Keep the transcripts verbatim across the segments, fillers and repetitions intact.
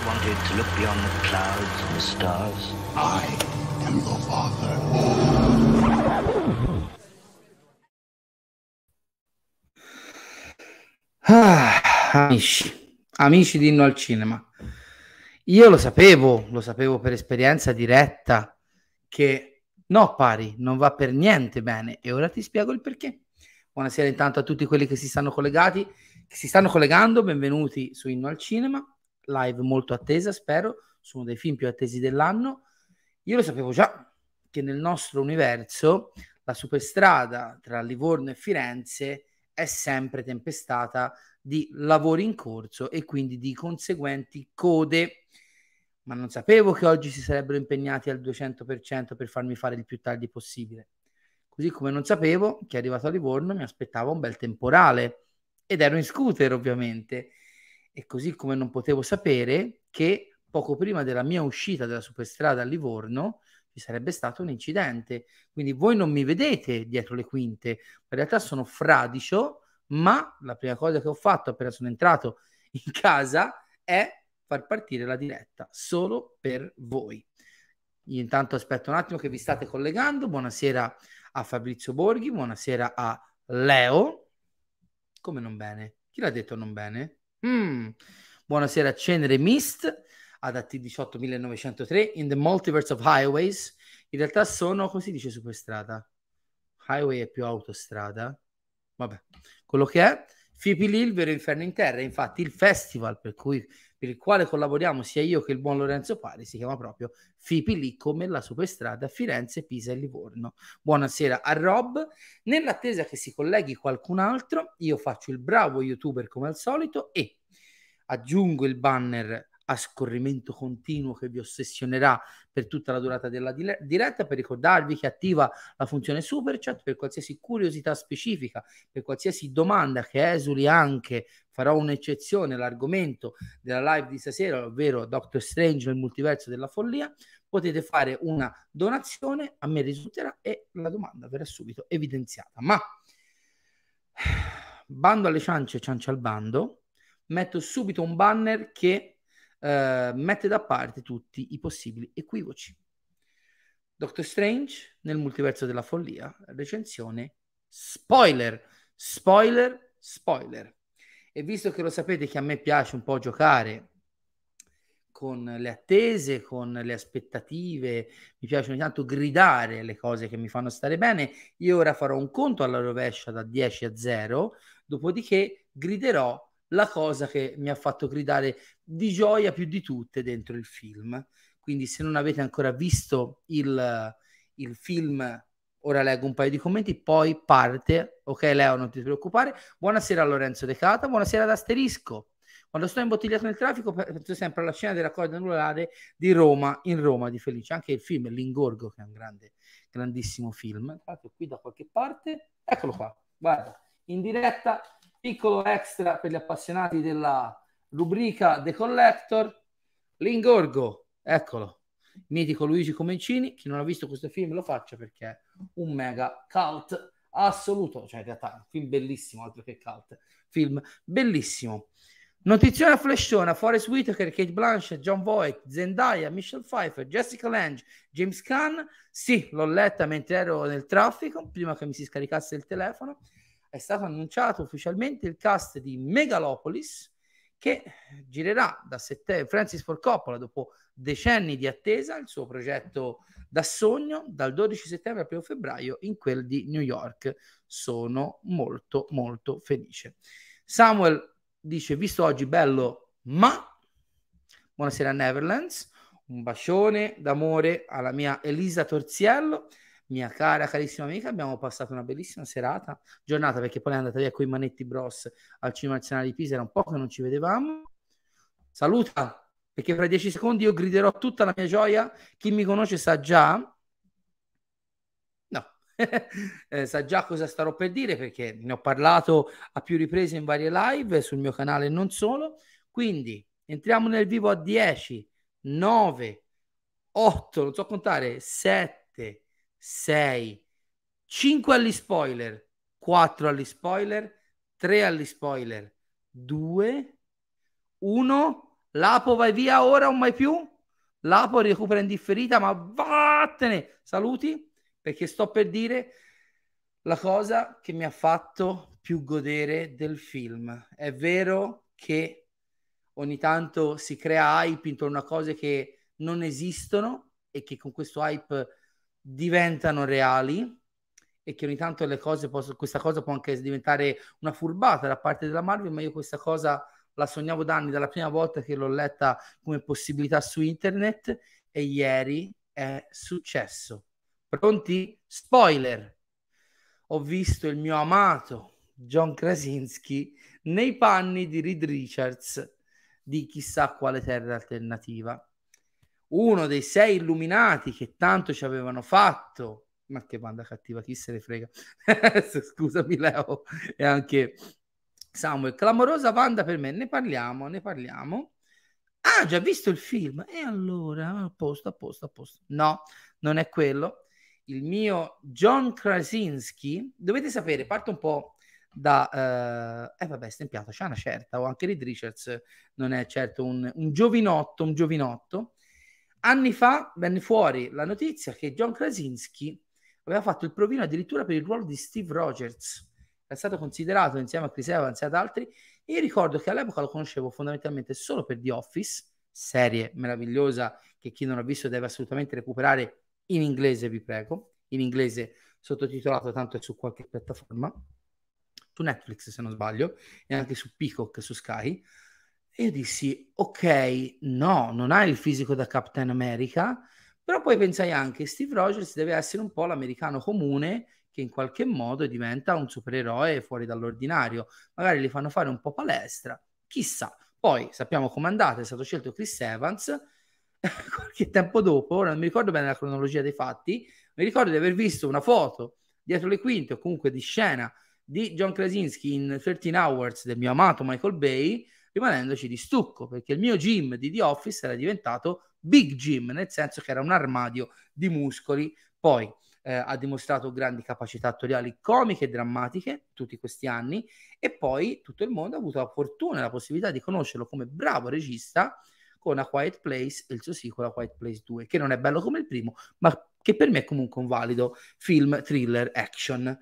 wanted to look beyond the clouds and the stars. I am your father. Ah, amici, amici di Inno al Cinema. Io lo sapevo, lo sapevo per esperienza diretta che no, pari, non va per niente bene e ora ti spiego il perché. Buonasera intanto a tutti quelli che si stanno collegati, che si stanno collegando, benvenuti su Inno al Cinema, live molto attesa, spero, su uno dei film più attesi dell'anno. Io lo sapevo già che nel nostro universo la superstrada tra Livorno e Firenze è sempre tempestata di lavori in corso e quindi di conseguenti code, ma non sapevo che oggi si sarebbero impegnati al duecento per cento per farmi fare il più tardi possibile. Così come non sapevo che arrivato a Livorno mi aspettava un bel temporale ed ero in scooter ovviamente, e così come non potevo sapere che poco prima della mia uscita dalla superstrada a Livorno ci sarebbe stato un incidente. Quindi voi non mi vedete dietro le quinte, in realtà sono fradicio, ma la prima cosa che ho fatto appena sono entrato in casa è far partire la diretta solo per voi. Io intanto aspetto un attimo che vi state collegando. Buonasera a Fabrizio Borghi, buonasera a Leo. Come non bene? Chi l'ha detto non bene? Mm. Buonasera a Cenere Mist, ad A T diciotto millenovecentotre, In the Multiverse of Highways. In realtà sono, così dice superstrada. Highway è più autostrada. Vabbè, quello che è. Fipi lì, il vero inferno in terra. Infatti il festival per cui per il quale collaboriamo sia io che il buon Lorenzo Pari si chiama proprio Fipi lì, come la superstrada Firenze, Pisa e Livorno. Buonasera a Rob. Nell'attesa che si colleghi qualcun altro, io faccio il bravo youtuber come al solito e aggiungo il banner a scorrimento continuo che vi ossessionerà per tutta la durata della dile- diretta, per ricordarvi che attiva la funzione super chat per qualsiasi curiosità specifica, per qualsiasi domanda che esuli anche, farò un'eccezione, l'argomento della live di stasera, ovvero Doctor Strange nel multiverso della follia. Potete fare una donazione, a me risulterà e la domanda verrà subito evidenziata. Ma bando alle ciance, ciance al bando, metto subito un banner che Uh, mette da parte tutti i possibili equivoci. Doctor Strange nel multiverso della follia, recensione spoiler, spoiler, spoiler. E visto che lo sapete che a me piace un po' giocare con le attese, con le aspettative, mi piace ogni tanto gridare le cose che mi fanno stare bene, io ora farò un conto alla rovescia da dieci a zero, dopodiché griderò la cosa che mi ha fatto gridare di gioia più di tutte dentro il film. Quindi se non avete ancora visto il, il film, ora leggo un paio di commenti, poi parte. Ok Leo, non ti preoccupare. Buonasera a Lorenzo De Cata, buonasera ad Asterisco. Quando sto imbottigliato nel traffico penso sempre alla scena della corda anulare di Roma, in Roma di Felice, anche il film L'Ingorgo, che è un grande, grandissimo film. Infatti qui da qualche parte, eccolo qua, guarda, in diretta, piccolo extra per gli appassionati della rubrica The Collector, L'Ingorgo, eccolo, mitico Luigi Comencini. Chi non ha visto questo film lo faccia perché è un mega cult assoluto, cioè in realtà è un film bellissimo, altro che cult, film bellissimo. Notizione a flashona: Forest Whitaker, Kate Blanchett, John Voight, Zendaya, Michelle Pfeiffer, Jessica Lange, James Caan. Sì, l'ho letta mentre ero nel traffico, prima che mi si scaricasse il telefono. È stato annunciato ufficialmente il cast di Megalopolis, che girerà da settembre. Francis Ford Coppola, dopo decenni di attesa, il suo progetto da sogno, dal dodici settembre al primo febbraio in quel di New York. Sono molto molto felice. Samuel dice: visto oggi bello, ma buonasera a Neverlands, un bacione d'amore alla mia Elisa Torziello, mia cara carissima amica. Abbiamo passato una bellissima serata, giornata, perché poi è andata via con i Manetti Bros al Cinema Nazionale di Pisa, era un po' che non ci vedevamo. Saluta, perché fra dieci secondi io griderò tutta la mia gioia. Chi mi conosce sa già, no, eh, sa già cosa starò per dire, perché ne ho parlato a più riprese in varie live sul mio canale e non solo. Quindi entriamo nel vivo a dieci, nove, otto, non so contare, sette, sei, cinque agli spoiler, quattro agli spoiler, tre agli spoiler, due, uno, Lapo vai via ora o mai più? Lapo recupera in differita, ma vattene! Saluti, perché sto per dire la cosa che mi ha fatto più godere del film. È vero che ogni tanto si crea hype intorno a cose che non esistono e che con questo hype diventano reali, e che ogni tanto le cose possono, questa cosa può anche diventare una furbata da parte della Marvel, ma io questa cosa la sognavo da anni, dalla prima volta che l'ho letta come possibilità su internet, e ieri è successo. Pronti? Spoiler! Ho visto il mio amato John Krasinski nei panni di Reed Richards di chissà quale terra alternativa. Uno dei sei illuminati che tanto ci avevano fatto. Ma che banda cattiva, chi se ne frega. Scusami Leo e anche Samuel. Clamorosa banda per me, ne parliamo, ne parliamo. Ah, già visto il film? E allora, a posto, a posto, a posto. No, non è quello. Il mio John Krasinski, dovete sapere, parto un po' da... Eh, eh vabbè, stempiato, c'è una certa, o anche Reed Richards non è certo un, un giovinotto, un giovinotto. Anni fa venne fuori la notizia che John Krasinski aveva fatto il provino addirittura per il ruolo di Steve Rogers. È stato considerato insieme a Chris Evans e ad altri. E io ricordo che all'epoca lo conoscevo fondamentalmente solo per The Office, serie meravigliosa che chi non ha visto deve assolutamente recuperare in inglese, vi prego, in inglese sottotitolato, tanto è su qualche piattaforma, su Netflix se non sbaglio, e anche su Peacock, su Sky. E io dissi, ok, no, non ha il fisico da Captain America, però poi pensai anche, Steve Rogers deve essere un po' l'americano comune che in qualche modo diventa un supereroe fuori dall'ordinario. Magari li fanno fare un po' palestra, chissà. Poi sappiamo com'è andata, è stato scelto Chris Evans, qualche tempo dopo, ora non mi ricordo bene la cronologia dei fatti, mi ricordo di aver visto una foto dietro le quinte o comunque di scena di John Krasinski in tredici Hours del mio amato Michael Bay, rimanendoci di stucco, perché il mio gym di The Office era diventato Big Jim, nel senso che era un armadio di muscoli. Poi eh, ha dimostrato grandi capacità attoriali comiche e drammatiche tutti questi anni, e poi tutto il mondo ha avuto la fortuna e la possibilità di conoscerlo come bravo regista con A Quiet Place e il suo sequel A Quiet Place due, che non è bello come il primo, ma che per me è comunque un valido film thriller action.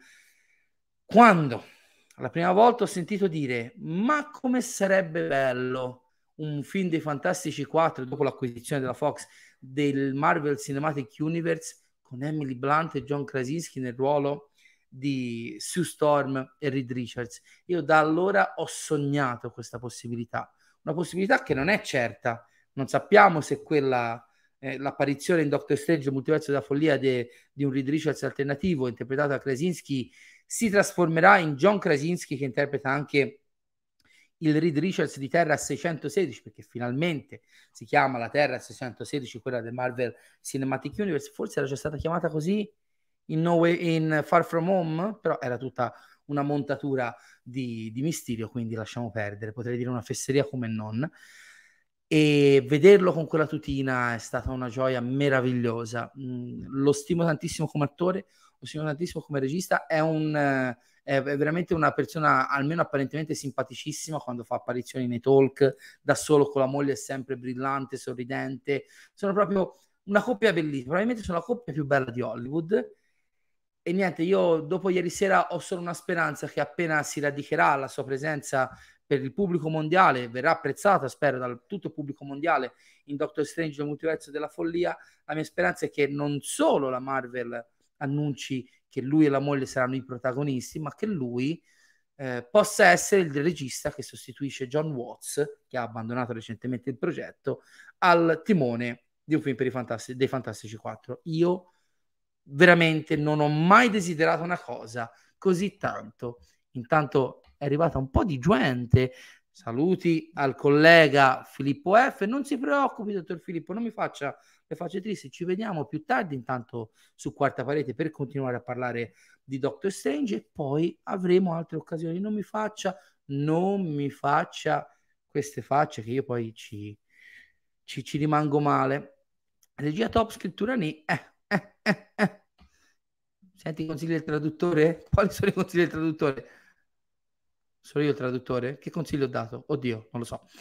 Quando la prima volta ho sentito dire, ma come sarebbe bello un film dei Fantastici quattro, dopo l'acquisizione della Fox, del Marvel Cinematic Universe, con Emily Blunt e John Krasinski nel ruolo di Sue Storm e Reed Richards. Io da allora ho sognato questa possibilità, una possibilità che non è certa. Non sappiamo se quella, eh, l'apparizione in Doctor Strange, Multiverso della Follia, de, di un Reed Richards alternativo interpretato da Krasinski si trasformerà in John Krasinski, che interpreta anche il Reed Richards di Terra seicentosedici, perché finalmente si chiama la Terra seicentosedici, quella del Marvel Cinematic Universe. Forse era già stata chiamata così in, no Way, in Far From Home, però era tutta una montatura di, di Mysterio, quindi lasciamo perdere, potrei dire una fesseria come non. E vederlo con quella tutina è stata una gioia meravigliosa. Mm, lo stimo tantissimo come attore, lo stimo tantissimo come regista. È un è veramente una persona almeno apparentemente simpaticissima quando fa apparizioni nei talk, da solo con la moglie è sempre brillante, sorridente. Sono proprio una coppia bellissima, probabilmente sono la coppia più bella di Hollywood. E niente, io dopo ieri sera ho solo una speranza che appena si radicherà la sua presenza per il pubblico mondiale, verrà apprezzata, spero, da tutto il pubblico mondiale in Doctor Strange, il multiverso della follia. La mia speranza è che non solo la Marvel annunci che lui e la moglie saranno i protagonisti, ma che lui eh, possa essere il regista che sostituisce John Watts, che ha abbandonato recentemente il progetto, al timone di un film per i Fantastici, dei Fantastici quattro. Io veramente non ho mai desiderato una cosa così tanto. Intanto è arrivata un po' di gente. Saluti al collega Filippo F. Non si preoccupi, dottor Filippo, non mi faccia le facce tristi. Ci vediamo più tardi, intanto su Quarta Parete, per continuare a parlare di Doctor Strange, e poi avremo altre occasioni. Non mi faccia, non mi faccia queste facce che io poi ci, ci, ci rimango male. Regia top, scrittura ni. Eh, eh, eh, eh. Senti i consigli del traduttore? Quali sono i consigli del traduttore? Sono io il traduttore? Che consiglio ho dato? Oddio, non lo so.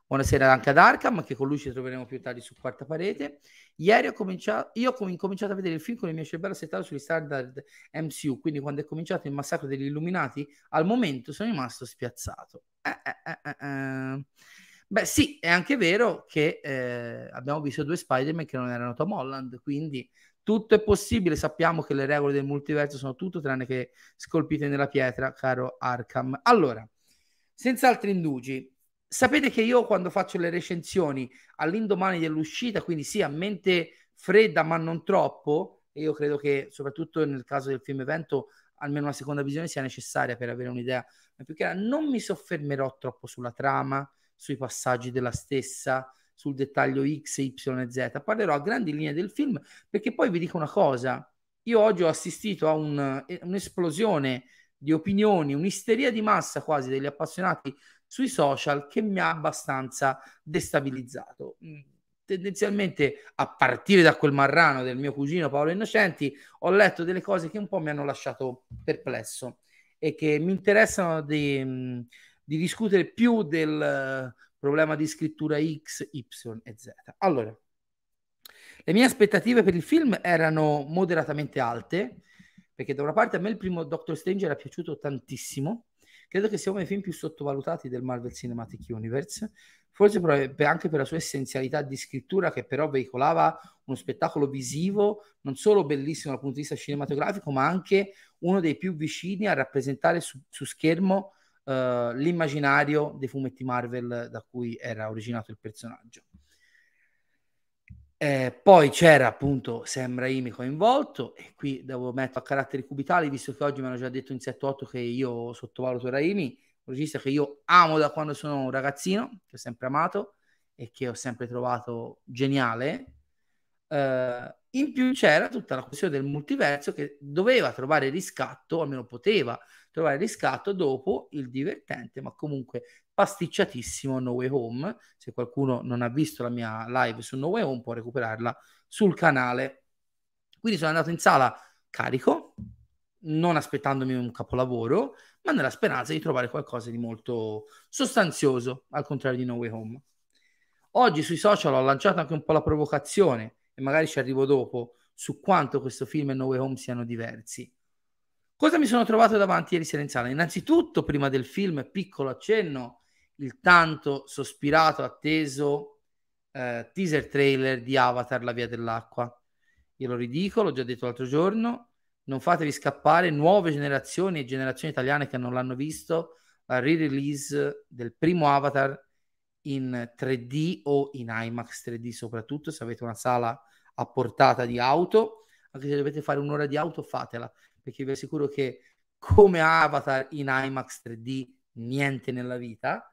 Buonasera anche ad Arkham, che con lui ci troveremo più tardi su Quarta Parete. Ieri ho cominciato, io ho incominciato a vedere il film con il mio cervello settato sugli standard M C U, quindi quando è cominciato il massacro degli Illuminati, al momento sono rimasto spiazzato. Eh, eh, eh, eh. Beh sì, è anche vero che eh, abbiamo visto due Spider-Man che non erano Tom Holland, quindi tutto è possibile, sappiamo che le regole del multiverso sono tutto tranne che scolpite nella pietra, caro Arkham. Allora, senza altri indugi, sapete che io quando faccio le recensioni all'indomani dell'uscita, quindi sì, a mente fredda ma non troppo, e io credo che soprattutto nel caso del film evento almeno una seconda visione sia necessaria per avere un'idea più chiara, non mi soffermerò troppo sulla trama, sui passaggi della stessa, sul dettaglio X, Y e Z, parlerò a grandi linee del film, perché poi vi dico una cosa, io oggi ho assistito a un, un'esplosione di opinioni, un'isteria di massa quasi degli appassionati sui social che mi ha abbastanza destabilizzato. Tendenzialmente, a partire da quel marrano del mio cugino Paolo Innocenti, ho letto delle cose che un po' mi hanno lasciato perplesso e che mi interessano di, di discutere più del problema di scrittura X, Y e Z. Allora, le mie aspettative per il film erano moderatamente alte, perché da una parte a me il primo Doctor Strange era piaciuto tantissimo, credo che sia uno dei film più sottovalutati del Marvel Cinematic Universe, forse anche per la sua essenzialità di scrittura, che però veicolava uno spettacolo visivo non solo bellissimo dal punto di vista cinematografico, ma anche uno dei più vicini a rappresentare su, su schermo uh, l'immaginario dei fumetti Marvel da cui era originato il personaggio. Eh, poi c'era appunto Sam Raimi coinvolto, e qui devo mettere a caratteri cubitali, visto che oggi mi hanno già detto in sette otto che io sottovaluto Raimi, un regista che io amo da quando sono un ragazzino, che ho sempre amato e che ho sempre trovato geniale. Eh, in più c'era tutta la questione del multiverso che doveva trovare riscatto, o almeno poteva trovare riscatto dopo il divertente ma comunque pasticciatissimo No Way Home. Se qualcuno non ha visto la mia live su No Way Home può recuperarla sul canale. Quindi sono andato in sala carico, non aspettandomi un capolavoro, ma nella speranza di trovare qualcosa di molto sostanzioso, al contrario di No Way Home. Oggi sui social ho lanciato anche un po' la provocazione, e magari ci arrivo dopo, su quanto questo film e No Way Home siano diversi. Cosa mi sono trovato davanti ieri sera in sala? Innanzitutto, prima del film, piccolo accenno, il tanto sospirato, atteso eh, teaser trailer di Avatar, La Via dell'Acqua. Io lo ridico, l'ho già detto l'altro giorno, non fatevi scappare nuove generazioni e generazioni italiane che non l'hanno visto, la re-release del primo Avatar in tre D o in IMAX tre D, soprattutto se avete una sala a portata di auto, anche se dovete fare un'ora di auto fatela, perché vi assicuro che come Avatar in IMAX tre D niente nella vita.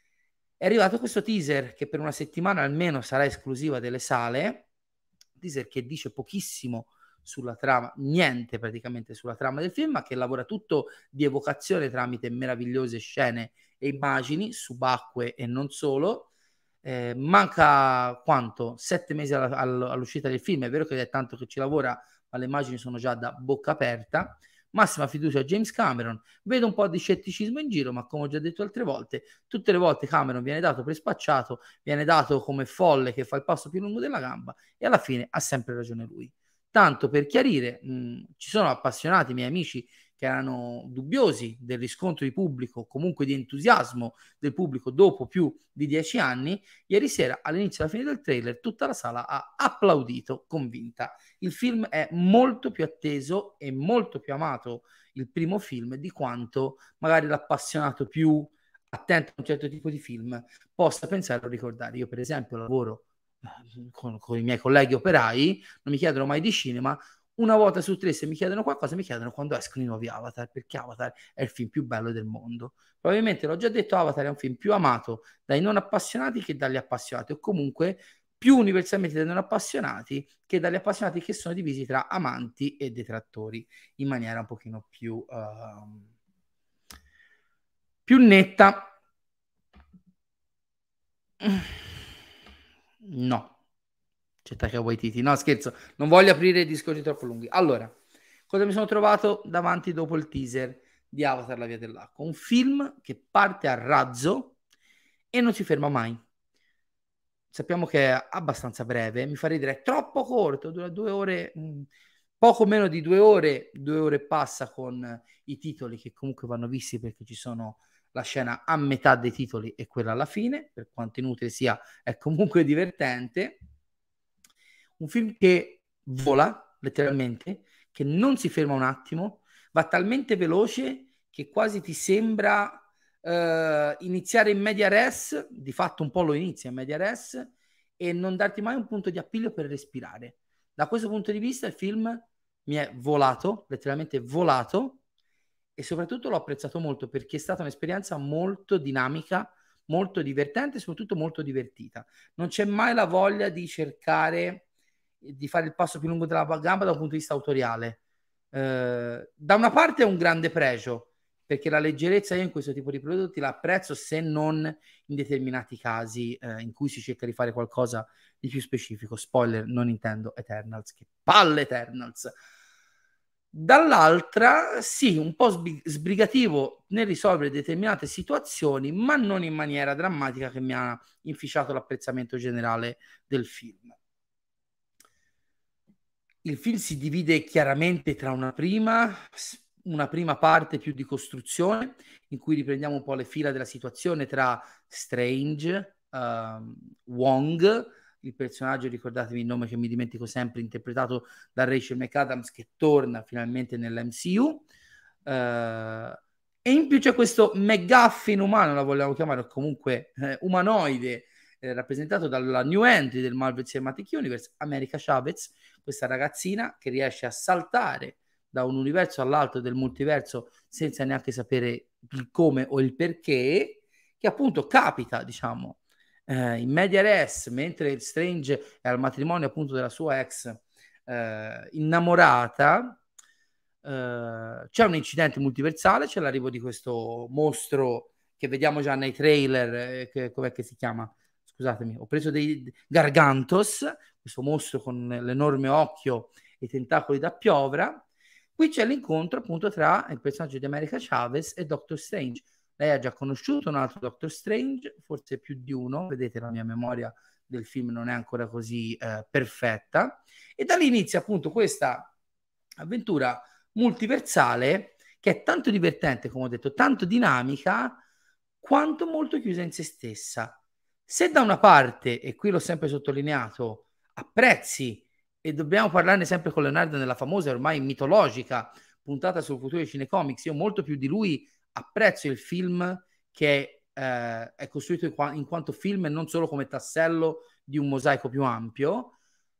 È arrivato questo teaser che per una settimana almeno sarà esclusiva delle sale, teaser che dice pochissimo sulla trama, niente praticamente sulla trama del film, ma che lavora tutto di evocazione tramite meravigliose scene e immagini subacquee e non solo. Eh, manca quanto? Sette mesi alla, all'uscita del film, è vero che è tanto che ci lavora, ma le immagini sono già da bocca aperta. Massima fiducia a James Cameron, vedo un po' di scetticismo in giro, ma come ho già detto altre volte, tutte le volte Cameron viene dato per spacciato, viene dato come folle che fa il passo più lungo della gamba, e alla fine ha sempre ragione lui. Tanto per chiarire, mh, ci sono appassionati miei amici che erano dubbiosi del riscontro di pubblico, comunque di entusiasmo del pubblico dopo più di dieci anni. Ieri sera, all'inizio e alla fine del trailer, tutta la sala ha applaudito convinta. Il film è molto più atteso e molto più amato, il primo film, di quanto magari l'appassionato più attento a un certo tipo di film possa pensare o ricordare. Io per esempio lavoro con, con i miei colleghi operai, non mi chiedono mai di cinema, una volta su tre se mi chiedono qualcosa mi chiedono quando escono i nuovi Avatar, perché Avatar è il film più bello del mondo. Probabilmente, l'ho già detto, Avatar è un film più amato dai non appassionati che dagli appassionati, o comunque più universalmente dai non appassionati che dagli appassionati, che sono divisi tra amanti e detrattori in maniera un pochino più uh, più netta. No, c'è Taika Waititi, no scherzo, non voglio aprire discorsi troppo lunghi. Allora, cosa mi sono trovato davanti dopo il teaser di Avatar, La Via dell'Acqua? Un film che parte a razzo e non si ferma mai. sappiamo che è abbastanza breve, mi fa ridere, è troppo corto, dura due ore, mh, poco meno di due ore, due ore e passa con i titoli che comunque vanno visti perché ci sono la scena a metà dei titoli e quella alla fine, per quanto inutile sia, è comunque divertente. Un film che vola, letteralmente, che non si ferma un attimo, va talmente veloce che quasi ti sembra Uh, iniziare in media res, di fatto un po' lo inizia in media res, e non darti mai un punto di appiglio per respirare. Da questo punto di vista il film mi è volato, letteralmente volato, e soprattutto l'ho apprezzato molto perché è stata un'esperienza molto dinamica, molto divertente e soprattutto molto divertita. Non c'è mai la voglia di cercare di fare il passo più lungo della gamba da un punto di vista autoriale. Uh, da una parte è un grande pregio, perché la leggerezza io in questo tipo di prodotti la apprezzo, se non in determinati casi eh, in cui si cerca di fare qualcosa di più specifico. Spoiler, non intendo Eternals, che palle Eternals. Dall'altra, sì, un po' sb- sbrigativo nel risolvere determinate situazioni, ma non in maniera drammatica che mi ha inficiato l'apprezzamento generale del film. Il film si divide chiaramente tra una prima una prima parte più di costruzione, in cui riprendiamo un po' le fila della situazione tra Strange, uh, Wong, il personaggio, ricordatevi il nome che mi dimentico sempre, interpretato da Rachel McAdams, che torna finalmente nell'M C U, uh, e in più c'è questo McGuffin umano, la vogliamo chiamare, o comunque eh, umanoide, eh, rappresentato dalla new entry del Marvel Cinematic Universe, America Chavez, questa ragazzina che riesce a saltare da un universo all'altro del multiverso senza neanche sapere il come o il perché, che appunto capita, diciamo, eh, in media res, mentre Strange è al matrimonio appunto della sua ex eh, innamorata, eh, c'è un incidente multiversale, c'è l'arrivo di questo mostro che vediamo già nei trailer, eh, che, com'è che si chiama? Scusatemi, ho preso dei Gargantos, questo mostro con l'enorme occhio e i tentacoli da piovra. Qui c'è l'incontro appunto tra il personaggio di America Chavez e Doctor Strange. Lei ha già conosciuto un altro Doctor Strange, forse più di uno, vedete la mia memoria del film non è ancora così eh, perfetta, e da lì inizia appunto questa avventura multiversale che è tanto divertente, come ho detto, tanto dinamica, quanto molto chiusa in se stessa. Se da una parte, e qui l'ho sempre sottolineato, apprezzi, e dobbiamo parlarne sempre con Leonardo nella famosa e ormai mitologica puntata sul futuro dei cinecomics, io molto più di lui apprezzo il film che eh, è costruito in, qua- in quanto film e non solo come tassello di un mosaico più ampio.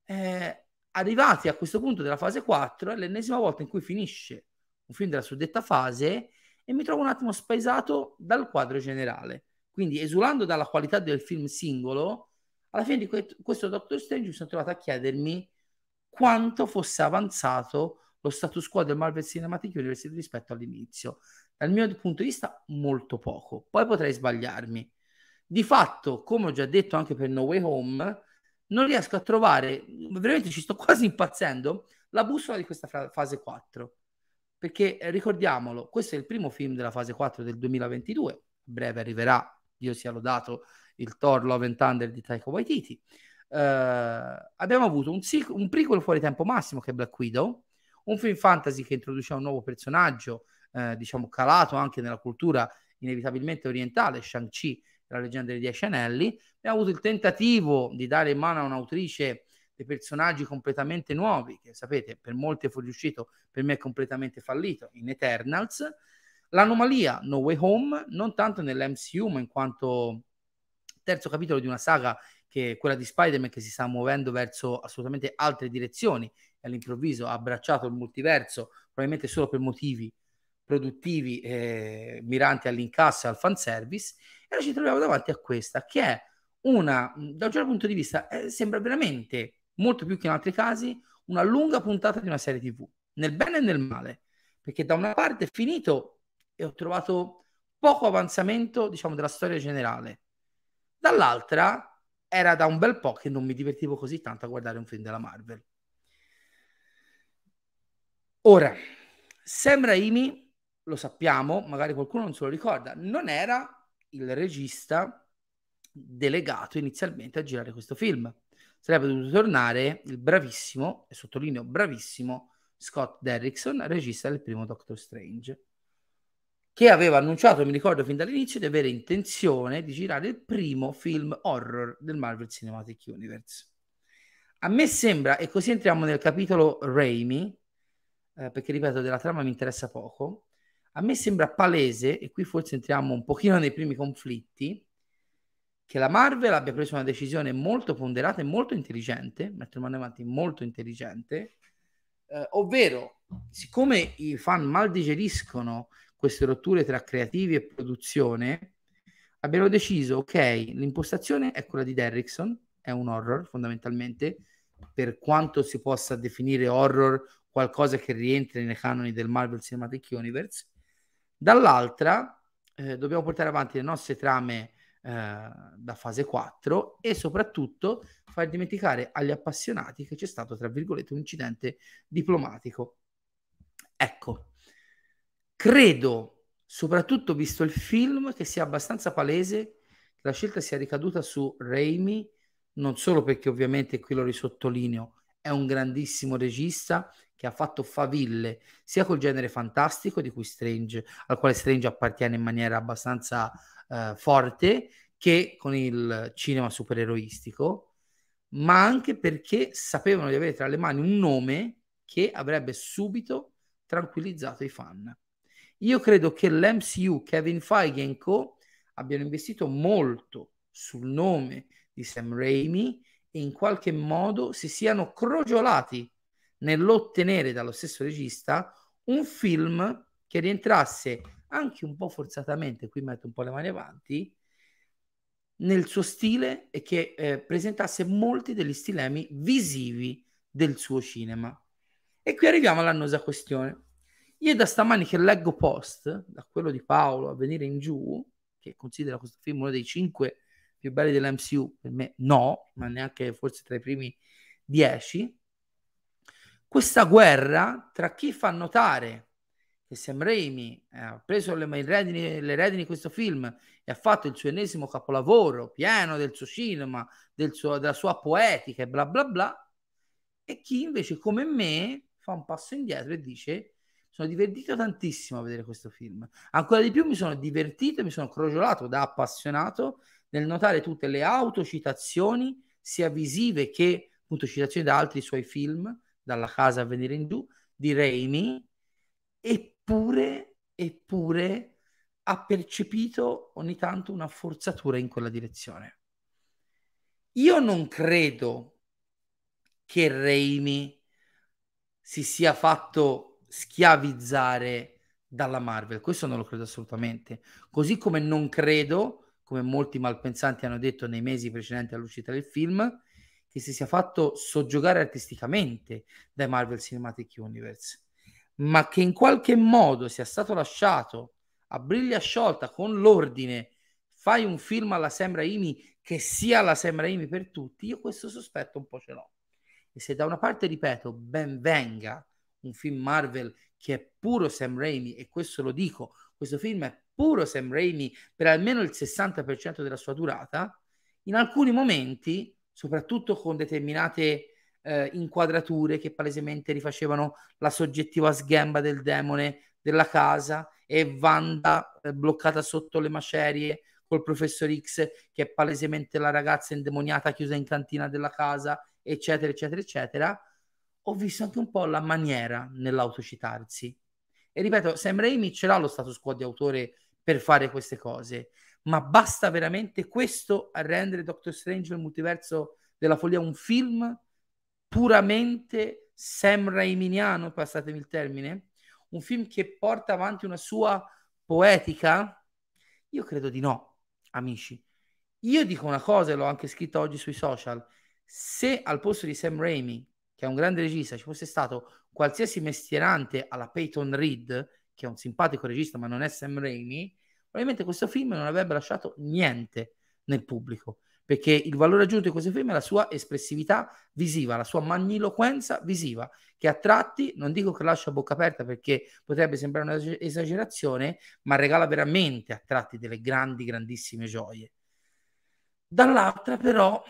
Eh, arrivati a questo punto della fase quattro è l'ennesima volta in cui finisce un film della suddetta fase e mi trovo un attimo spaesato dal quadro generale. Quindi esulando dalla qualità del film singolo, alla fine di que- questo Doctor Strange mi sono trovato a chiedermi quanto fosse avanzato lo status quo del Marvel Cinematic Universe rispetto all'inizio. Dal mio punto di vista molto poco, poi potrei sbagliarmi. Di fatto, come ho già detto anche per No Way Home, non riesco a trovare, veramente ci sto quasi impazzendo, la bussola di questa fra- fase quattro. Perché eh, ricordiamolo, questo è il primo film della fase quattro del duemilaventidue, a breve arriverà, Dio sia lodato, il Thor Love and Thunder di Taika Waititi. Uh, abbiamo avuto un, un prequel fuori tempo massimo che è Black Widow, un film fantasy che introduce un nuovo personaggio, eh, diciamo calato anche nella cultura inevitabilmente orientale, Shang-Chi, la leggenda dei Dieci Anelli. Abbiamo avuto il tentativo di dare in mano a un'autrice dei personaggi completamente nuovi, che sapete per molti è fuoriuscito, per me è completamente fallito, in Eternals. L'anomalia No Way Home, non tanto nell'M C U, ma in quanto terzo capitolo di una saga che è quella di Spider-Man, che si sta muovendo verso assolutamente altre direzioni e all'improvviso ha abbracciato il multiverso, probabilmente solo per motivi produttivi eh, miranti all'incasso e al fanservice, e ora ci troviamo davanti a questa che è una, da un certo punto di vista, eh, sembra veramente, molto più che in altri casi, una lunga puntata di una serie tivù, nel bene e nel male, perché da una parte è finito e ho trovato poco avanzamento, diciamo, della storia generale, dall'altra era da un bel po' che non mi divertivo così tanto a guardare un film della Marvel. Ora, Sam Raimi, lo sappiamo, magari qualcuno non se lo ricorda, non era il regista delegato inizialmente a girare questo film. Sarebbe dovuto tornare il bravissimo, e sottolineo bravissimo, Scott Derrickson, regista del primo Doctor Strange, che aveva annunciato, mi ricordo fin dall'inizio, di avere intenzione di girare il primo film horror del Marvel Cinematic Universe. A me sembra, e così entriamo nel capitolo Raimi, eh, perché ripeto, della trama mi interessa poco, a me sembra palese, e qui forse entriamo un pochino nei primi conflitti, che la Marvel abbia preso una decisione molto ponderata e molto intelligente, metto mano avanti, molto intelligente, eh, ovvero, siccome i fan mal digeriscono queste rotture tra creativi e produzione, abbiamo deciso, ok, l'impostazione è quella di Derrickson, è un horror fondamentalmente, per quanto si possa definire horror qualcosa che rientri nei canoni del Marvel Cinematic Universe. Dall'altra eh, dobbiamo portare avanti le nostre trame eh, da fase quattro e soprattutto far dimenticare agli appassionati che c'è stato, tra virgolette, un incidente diplomatico. Ecco, credo, soprattutto visto il film, che sia abbastanza palese che la scelta sia ricaduta su Raimi, non solo perché ovviamente, qui lo risottolineo, è un grandissimo regista che ha fatto faville sia col genere fantastico di cui Strange, al quale Strange appartiene in maniera abbastanza eh, forte, che con il cinema supereroistico, ma anche perché sapevano di avere tra le mani un nome che avrebbe subito tranquillizzato i fan. Io credo che l'M C U, Kevin Feige e co abbiano investito molto sul nome di Sam Raimi e in qualche modo si siano crogiolati nell'ottenere dallo stesso regista un film che rientrasse anche un po' forzatamente, qui metto un po' le mani avanti, nel suo stile e che eh, presentasse molti degli stilemi visivi del suo cinema. E qui arriviamo all'annosa questione. Io da stamani che leggo post, da quello di Paolo a venire in giù, che considera questo film uno dei cinque più belli dell'M C U, per me no, ma neanche forse tra i primi dieci, questa guerra tra chi fa notare che Sam Raimi ha preso le, le, redini, le redini di questo film e ha fatto il suo ennesimo capolavoro pieno del suo cinema, del suo, della sua poetica e bla bla bla, e chi invece come me fa un passo indietro e dice: sono divertito tantissimo a vedere questo film, ancora di più mi sono divertito e mi sono crogiolato da appassionato nel notare tutte le autocitazioni sia visive che appunto citazioni da altri suoi film, dalla casa a venire in giù, di Raimi, eppure eppure ha percepito ogni tanto una forzatura in quella direzione. Io non credo che Raimi si sia fatto schiavizzare dalla Marvel, questo non lo credo assolutamente, così come non credo, come molti malpensanti hanno detto nei mesi precedenti all'uscita del film, che si sia fatto soggiogare artisticamente dai Marvel Cinematic Universe, ma che in qualche modo sia stato lasciato a briglia sciolta con l'ordine: fai un film alla Sam Raimi che sia la Sam Raimi per tutti. Io questo sospetto un po' ce l'ho. E se da una parte, ripeto, ben venga un film Marvel che è puro Sam Raimi, e questo lo dico, questo film è puro Sam Raimi per almeno il sessanta per cento della sua durata, in alcuni momenti, soprattutto con determinate eh, inquadrature che palesemente rifacevano la soggettiva sghemba del demone della casa e Wanda eh, bloccata sotto le macerie col professor X che è palesemente la ragazza indemoniata chiusa in cantina della casa, eccetera eccetera eccetera, ho visto anche un po' la maniera nell'autocitarsi. E ripeto, Sam Raimi ce l'ha lo status quo di autore per fare queste cose, ma basta veramente questo a rendere Doctor Strange, il multiverso della follia, un film puramente Sam Raiminiano, passatemi il termine, un film che porta avanti una sua poetica? Io credo di no, amici. Io dico una cosa e l'ho anche scritto oggi sui social: se al posto di Sam Raimi, che è un grande regista, ci fosse stato qualsiasi mestierante alla Peyton Reed, che è un simpatico regista ma non è Sam Raimi, probabilmente questo film non avrebbe lasciato niente nel pubblico, perché il valore aggiunto di questo film è la sua espressività visiva, la sua magniloquenza visiva, che a tratti, non dico che lascia a bocca aperta perché potrebbe sembrare un'esagerazione, ma regala veramente a tratti delle grandi, grandissime gioie. Dall'altra però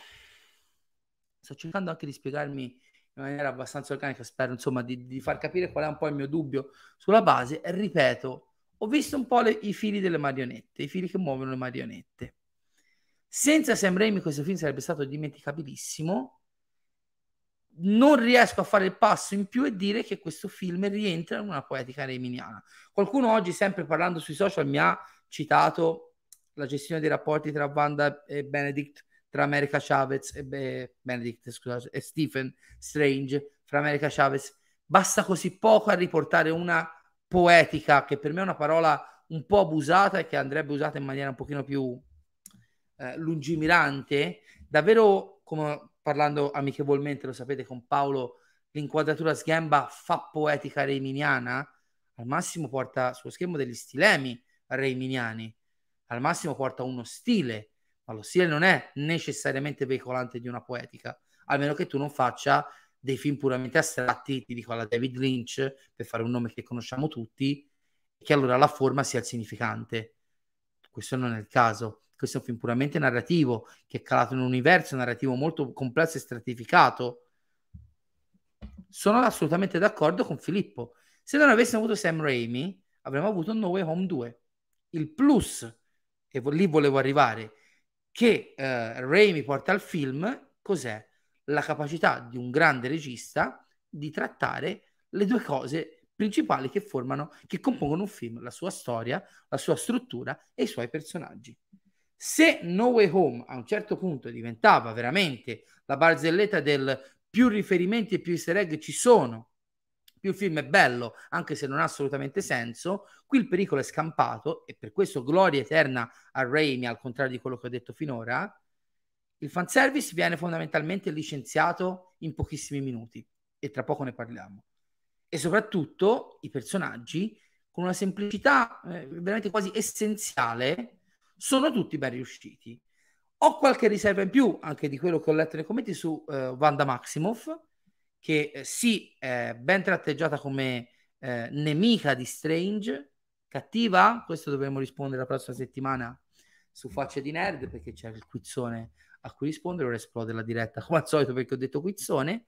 sto cercando anche di spiegarmi in maniera abbastanza organica, spero insomma di, di far capire qual è un po' il mio dubbio sulla base, e ripeto, ho visto un po' le, i fili delle marionette, i fili che muovono le marionette. Senza Sam Raimi questo film sarebbe stato dimenticabilissimo. Non riesco a fare il passo in più e dire che questo film rientra in una poetica raiminiana. Qualcuno oggi, sempre parlando sui social, mi ha citato la gestione dei rapporti tra Wanda e Benedict, tra America Chavez e beh, Benedict, scusate, e Stephen Strange, fra America Chavez. Basta così poco a riportare una poetica, che per me è una parola un po' abusata e che andrebbe usata in maniera un pochino più eh, lungimirante. Davvero, come parlando amichevolmente, lo sapete, con Paolo, l'inquadratura sgamba fa poetica reiminiana, al massimo porta sullo schermo degli stilemi reiminiani, al massimo porta uno stile, ma lo stile non è necessariamente veicolante di una poetica, almeno che tu non faccia dei film puramente astratti, ti dico alla David Lynch, per fare un nome che conosciamo tutti, che allora la forma sia il significante. Questo non è il caso. Questo è un film puramente narrativo, che è calato in un universo narrativo molto complesso e stratificato. Sono assolutamente d'accordo con Filippo. Se non avessimo avuto Sam Raimi, avremmo avuto No Way Home due. Il plus, e lì volevo arrivare, che eh, Raimi porta al film, cos'è? La capacità di un grande regista di trattare le due cose principali che formano, che compongono un film: la sua storia, la sua struttura e i suoi personaggi. Se No Way Home a un certo punto diventava veramente la barzelletta del più riferimenti e più easter egg ci sono, più il film è bello, anche se non ha assolutamente senso, qui il pericolo è scampato, e per questo gloria eterna a Raimi, al contrario di quello che ho detto finora. Il fanservice viene fondamentalmente licenziato in pochissimi minuti, e tra poco ne parliamo. E soprattutto i personaggi, con una semplicità eh, veramente quasi essenziale, sono tutti ben riusciti. Ho qualche riserva in più anche di quello che ho letto nei commenti su eh, Wanda Maximoff, che eh, sì, è ben tratteggiata come eh, nemica di Strange. Cattiva? Questo dovremo rispondere la prossima settimana su Facce di Nerd, perché c'è il quizzone a cui rispondere. Ora esplode la diretta come al solito perché ho detto quizzone.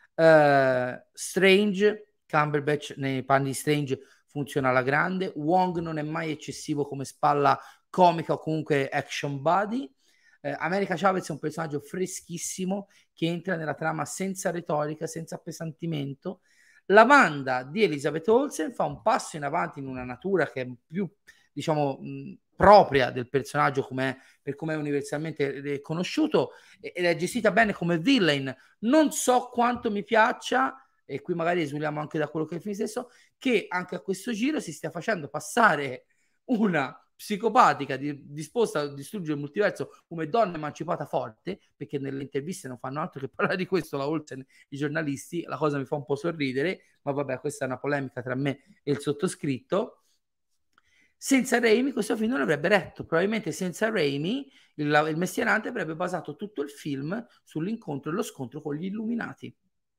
Uh, Strange, Cumberbatch nei panni di Strange funziona alla grande. Wong non è mai eccessivo come spalla comica o comunque action body. Uh, America Chavez è un personaggio freschissimo che entra nella trama senza retorica, senza appesantimento. La Wanda di Elizabeth Olsen fa un passo in avanti in una natura che è più, diciamo, mh, propria del personaggio, com'è, per come è universalmente conosciuto, ed è gestita bene come villain. Non so quanto mi piaccia, e qui magari esuliamo anche da quello che è il film stesso, che anche a questo giro si stia facendo passare una psicopatica di, disposta a distruggere il multiverso come donna emancipata forte, perché nelle interviste non fanno altro che parlare di questo, la Olsen, i giornalisti. La cosa mi fa un po' sorridere, ma vabbè, questa è una polemica tra me e il sottoscritto. Senza Raimi questo film non avrebbe retto. Probabilmente senza Raimi il, il mestierante avrebbe basato tutto il film sull'incontro e lo scontro con gli Illuminati.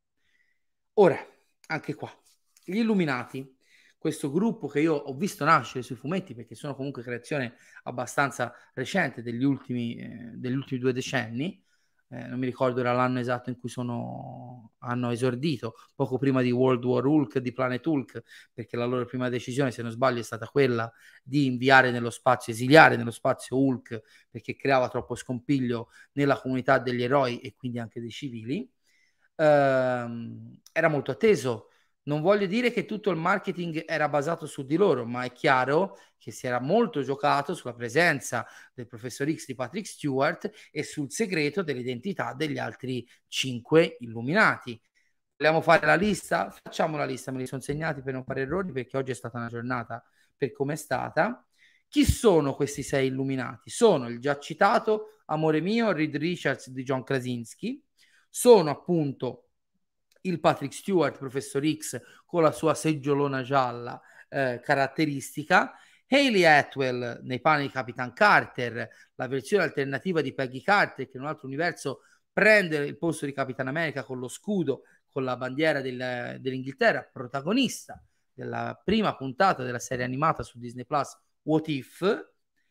Ora, anche qua, gli Illuminati, questo gruppo che io ho visto nascere sui fumetti, perché sono comunque creazione abbastanza recente degli ultimi, eh, degli ultimi due decenni, eh, non mi ricordo era l'anno esatto in cui sono, hanno esordito, poco prima di World War Hulk, di Planet Hulk, perché la loro prima decisione, se non sbaglio, è stata quella di inviare nello spazio, esiliare nello spazio Hulk, perché creava troppo scompiglio nella comunità degli eroi e quindi anche dei civili. Uh, era molto atteso. Non voglio dire che tutto il marketing era basato su di loro, ma è chiaro che si era molto giocato sulla presenza del professor X di Patrick Stewart e sul segreto dell'identità degli altri cinque Illuminati. Vogliamo fare la lista? Facciamo la lista, me li sono segnati per non fare errori, perché oggi è stata una giornata per come è stata. Chi sono questi sei Illuminati? Sono il già citato Amore mio, Reed Richards di John Krasinski. Sono appunto il Patrick Stewart, professor X, con la sua seggiolona gialla eh, caratteristica, Hayley Atwell nei panni di Capitan Carter, la versione alternativa di Peggy Carter, che in un altro universo prende il posto di Capitan America con lo scudo, con la bandiera del, dell'Inghilterra, protagonista della prima puntata della serie animata su Disney Plus, What If.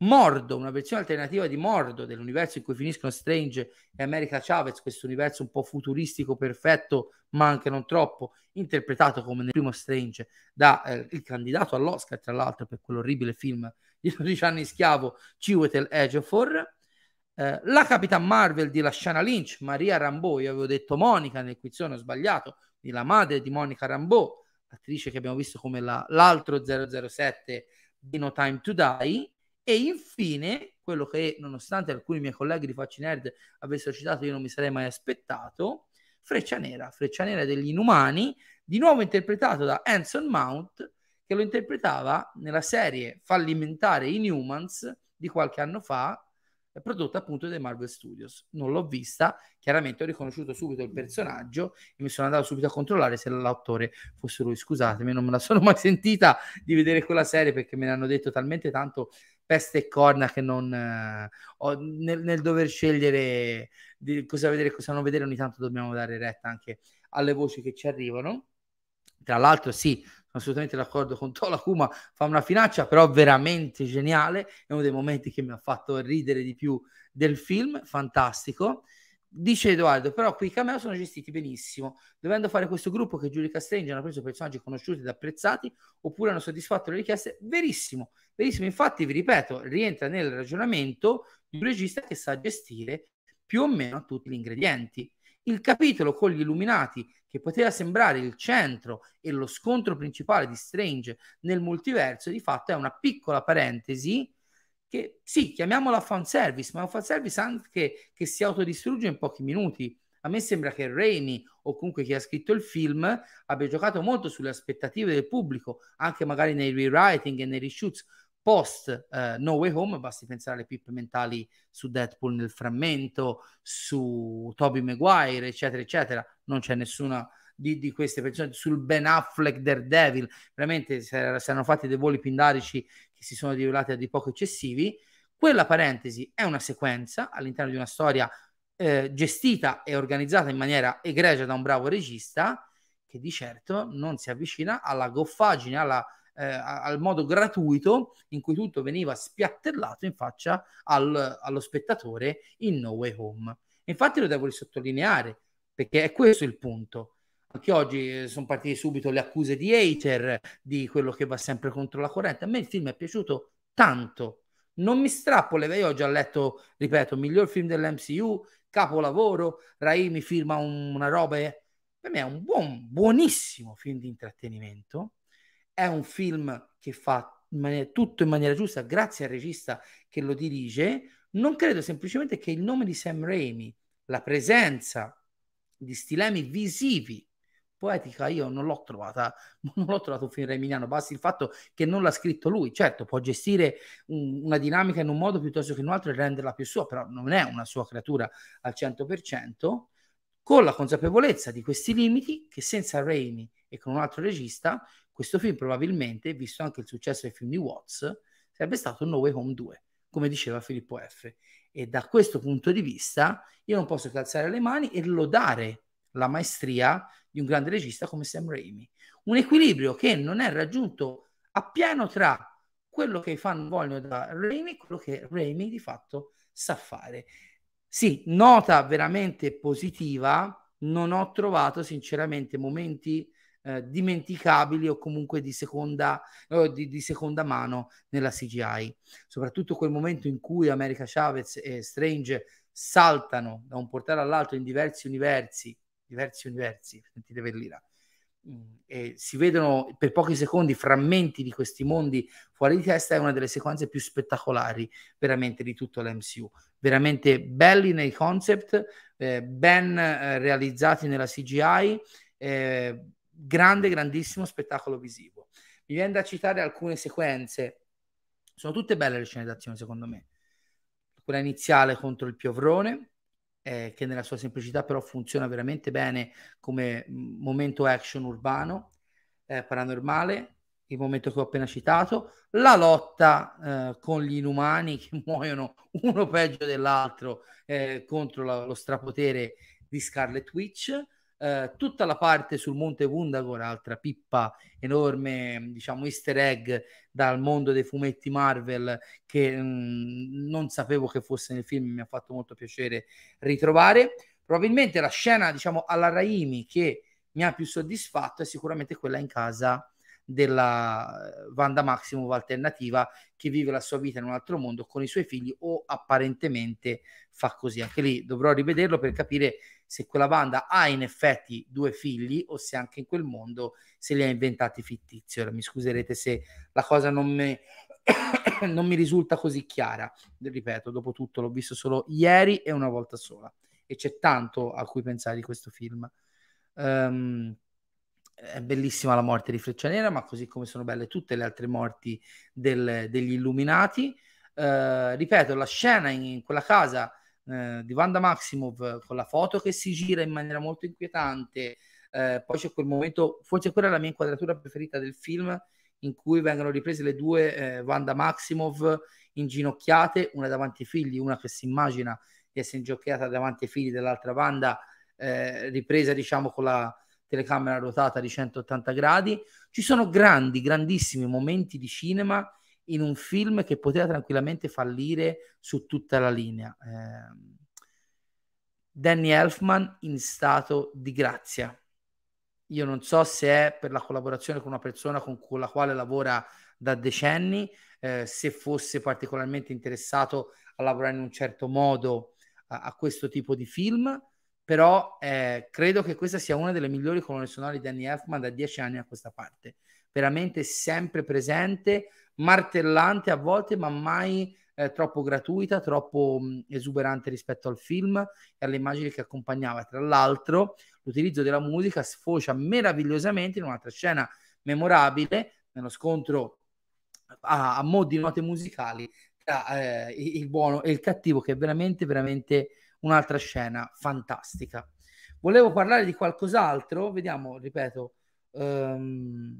Mordo, una versione alternativa di Mordo, dell'universo in cui finiscono Strange e America Chavez, questo universo un po' futuristico, perfetto, ma anche non troppo, interpretato come nel primo Strange da eh, il candidato all'Oscar, tra l'altro, per quell'orribile film di dodici anni schiavo, Chiwetel Ejiofor. Eh, la Capitan Marvel di Lashana Lynch, Maria Rambeau, io avevo detto Monica nel quizzone, ho sbagliato, di la madre di Monica Rambeau, attrice che abbiamo visto come la, l'altro zero zero sette di No Time to Die. E infine, quello che nonostante alcuni miei colleghi di Facci Nerd avessero citato, io non mi sarei mai aspettato, Freccia Nera, Freccia Nera degli Inumani, di nuovo interpretato da Anson Mount, che lo interpretava nella serie fallimentare Inhumans di qualche anno fa, prodotta appunto dai Marvel Studios. Non l'ho vista, chiaramente ho riconosciuto subito il personaggio e mi sono andato subito a controllare se l'autore fosse lui. Scusatemi, non me la sono mai sentita di vedere quella serie perché me ne hanno detto talmente tanto peste e corna che non eh, ho, nel, nel dover scegliere di cosa vedere e cosa non vedere, ogni tanto dobbiamo dare retta anche alle voci che ci arrivano. Tra l'altro sì, sono assolutamente d'accordo con Tola Kuma, fa una finaccia però veramente geniale, è uno dei momenti che mi ha fatto ridere di più del film, fantastico. Dice Edoardo, però qui i cameo sono gestiti benissimo, dovendo fare questo gruppo che giudica Strange hanno preso personaggi conosciuti ed apprezzati oppure hanno soddisfatto le richieste, verissimo, verissimo, infatti vi ripeto, rientra nel ragionamento di un regista che sa gestire più o meno tutti gli ingredienti. Il capitolo con gli Illuminati, che poteva sembrare il centro e lo scontro principale di Strange nel multiverso, di fatto è una piccola parentesi che, sì, chiamiamola fanservice, ma è un fanservice anche che si autodistrugge in pochi minuti. A me sembra che Raimi, o comunque chi ha scritto il film, abbia giocato molto sulle aspettative del pubblico, anche magari nei rewriting e nei reshoots post uh, No Way Home. Basti pensare alle pippe mentali su Deadpool nel frammento, su Tobey Maguire, eccetera, eccetera. Non c'è nessuna di, di queste persone, sul Ben Affleck Daredevil, veramente si erano fatti dei voli pindarici che si sono rivelati a di poco eccessivi. Quella parentesi è una sequenza all'interno di una storia eh, gestita e organizzata in maniera egregia da un bravo regista, che di certo non si avvicina alla goffaggine, alla Eh, al modo gratuito in cui tutto veniva spiattellato in faccia al, allo spettatore in No Way Home. Infatti lo devo risottolineare, perché è questo il punto. Anche oggi sono partite subito le accuse di hater, di quello che va sempre contro la corrente. A me il film è piaciuto tanto, non mi strappo le io ho già letto, ripeto, miglior film dell'M C U, capolavoro, Raimi firma un, una roba, per me è un buon, buonissimo film di intrattenimento. È un film che fa in maniera, tutto in maniera giusta, grazie al regista che lo dirige. Non credo semplicemente che il nome di Sam Raimi, la presenza di stilemi visivi, poetica, io non l'ho trovata, non l'ho trovato un film raiminiano, basta il fatto che non l'ha scritto lui. Certo, può gestire un, una dinamica in un modo piuttosto che in un altro e renderla più sua, però non è una sua creatura al cento per cento, con la consapevolezza di questi limiti che senza Raimi e con un altro regista questo film probabilmente, visto anche il successo del film di Watts, sarebbe stato No Way Home due, come diceva Filippo F. E da questo punto di vista io non posso che alzare le mani e lodare la maestria di un grande regista come Sam Raimi. Un equilibrio che non è raggiunto appieno tra quello che i fan vogliono da Raimi e quello che Raimi di fatto sa fare. Sì, nota veramente positiva, non ho trovato sinceramente momenti eh, dimenticabili o comunque di seconda, eh, di, di seconda mano nella C G I. Soprattutto quel momento in cui America Chavez e Strange saltano da un portale all'altro in diversi universi, diversi universi, sentite per l'ira, e si vedono per pochi secondi frammenti di questi mondi fuori di testa. È una delle sequenze più spettacolari veramente di tutto l'M C U, veramente belli nei concept, eh, ben eh, realizzati nella C G I, eh, grande grandissimo spettacolo visivo. Mi viene da citare alcune sequenze, sono tutte belle le scene d'azione secondo me. Quella iniziale contro il piovrone, Eh, che nella sua semplicità però funziona veramente bene come momento action urbano, eh, paranormale, il momento che ho appena citato, la lotta eh, con gli inumani che muoiono uno peggio dell'altro eh, contro la, lo strapotere di Scarlet Witch, eh, Uh, tutta la parte sul Monte Wundagore, altra pippa enorme, diciamo easter egg dal mondo dei fumetti Marvel che mh, non sapevo che fosse nel film, mi ha fatto molto piacere ritrovare. Probabilmente la scena, diciamo, alla Raimi che mi ha più soddisfatto è sicuramente quella in casa della Wanda Maximoff alternativa, che vive la sua vita in un altro mondo con i suoi figli, o apparentemente fa così. Anche lì dovrò rivederlo per capire se quella Wanda ha in effetti due figli o se anche in quel mondo se li ha inventati fittizi. Ora mi scuserete se la cosa non mi, non mi risulta così chiara, ripeto, dopo tutto l'ho visto solo ieri e una volta sola e c'è tanto a cui pensare di questo film. Um, è bellissima la morte di Freccia Nera, ma così come sono belle tutte le altre morti del, degli Illuminati. Uh, ripeto, la scena in, in quella casa uh, di Wanda Maximoff con la foto che si gira in maniera molto inquietante, uh, poi c'è quel momento, forse quella è la mia inquadratura preferita del film, in cui vengono riprese le due eh, Wanda Maximoff inginocchiate, una davanti ai figli, una che si immagina di essere inginocchiata davanti ai figli dell'altra Wanda, eh, ripresa diciamo con la telecamera ruotata di centottanta gradi. Ci sono grandi, grandissimi momenti di cinema in un film che poteva tranquillamente fallire su tutta la linea. Eh, Danny Elfman in stato di grazia. Io non so se è per la collaborazione con una persona con la quale lavora da decenni, eh, se fosse particolarmente interessato a lavorare in un certo modo a, a questo tipo di film, però eh, credo che questa sia una delle migliori colonne sonore di Danny Elfman da dieci anni a questa parte. Veramente sempre presente, martellante a volte, ma mai eh, troppo gratuita, troppo mh, esuberante rispetto al film e alle immagini che accompagnava. Tra l'altro, l'utilizzo della musica sfocia meravigliosamente in un'altra scena memorabile, nello scontro a, a mo' di note musicali tra eh, il buono e il cattivo, che è veramente, veramente un'altra scena fantastica. Volevo parlare di qualcos'altro, vediamo, ripeto, um...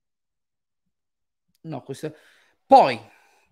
no, questo... Poi,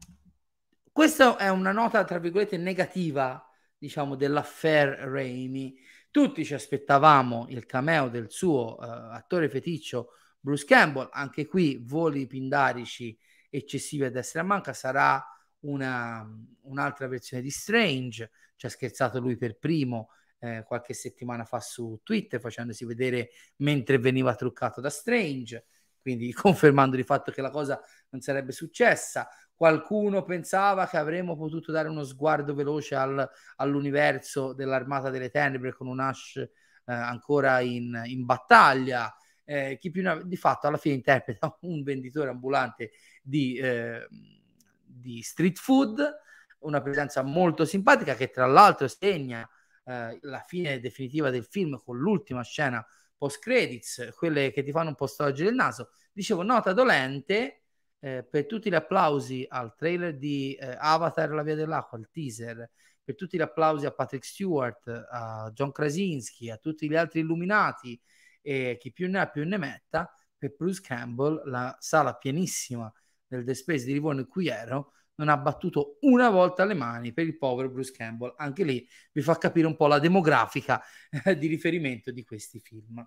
questa è una nota, tra virgolette, negativa, diciamo, dell'affair Raimi. Tutti ci aspettavamo il cameo del suo uh, attore feticcio Bruce Campbell, anche qui voli pindarici eccessivi a destra e a manca, sarà una, un'altra versione di Strange. Ci ha scherzato lui per primo eh, qualche settimana fa su Twitter, facendosi vedere mentre veniva truccato da Strange, quindi confermando di fatto che la cosa non sarebbe successa. Qualcuno pensava che avremmo potuto dare uno sguardo veloce al, all'universo dell'Armata delle Tenebre con un Ash eh, ancora in, in battaglia. Eh, chi più ne... di fatto alla fine interpreta un venditore ambulante di, eh, di street food, una presenza molto simpatica che tra l'altro segna eh, la fine definitiva del film con l'ultima scena post credits, quelle che ti fanno un po' storgere il naso. Dicevo, nota dolente eh, per tutti gli applausi al trailer di eh, Avatar La Via dell'Acqua, al teaser, per tutti gli applausi a Patrick Stewart, a John Krasinski, a tutti gli altri illuminati e chi più ne ha più ne metta. Per Bruce Campbell, la sala pienissima del The Space di Livorno in cui ero non ha battuto una volta le mani per il povero Bruce Campbell. Anche lì vi fa capire un po' la demografica eh, di riferimento di questi film.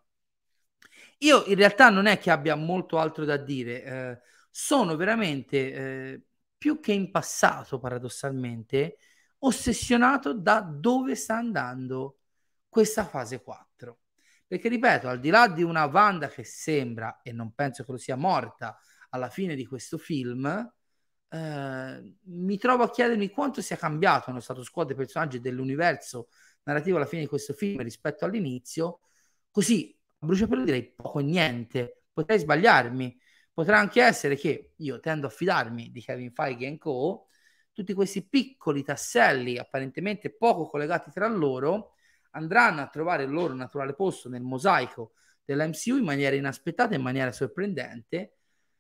Io in realtà non è che abbia molto altro da dire, eh, sono veramente eh, più che in passato, paradossalmente, ossessionato da dove sta andando questa fase quattro. Perché ripeto, al di là di una Wanda che sembra, e non penso che lo sia, morta alla fine di questo film, eh, mi trovo a chiedermi quanto sia cambiato nello status quo dei personaggi dell'universo narrativo alla fine di questo film rispetto all'inizio. Così, a bruciapelo direi poco e niente. Potrei sbagliarmi. Potrà anche essere che io tendo a fidarmi di Kevin Feige and Co. Tutti questi piccoli tasselli apparentemente poco collegati tra loro andranno a trovare il loro naturale posto nel mosaico dell'M C U in maniera inaspettata, in maniera sorprendente.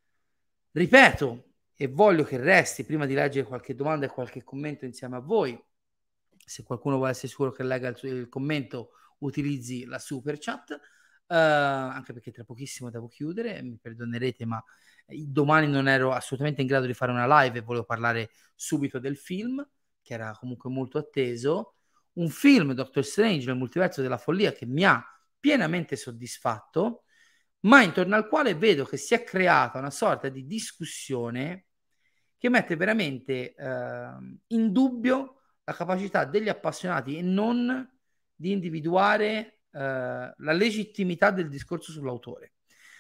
Ripeto, e voglio che resti, prima di leggere qualche domanda e qualche commento insieme a voi, se qualcuno vuole essere sicuro che legga il, suo, il commento, utilizzi la super chat, uh, anche perché tra pochissimo devo chiudere, mi perdonerete, ma domani non ero assolutamente in grado di fare una live e volevo parlare subito del film, che era comunque molto atteso. Un film, Doctor Strange, nel multiverso della follia, che mi ha pienamente soddisfatto, ma intorno al quale vedo che si è creata una sorta di discussione che mette veramente eh, in dubbio la capacità degli appassionati e non di individuare eh, la legittimità del discorso sull'autore.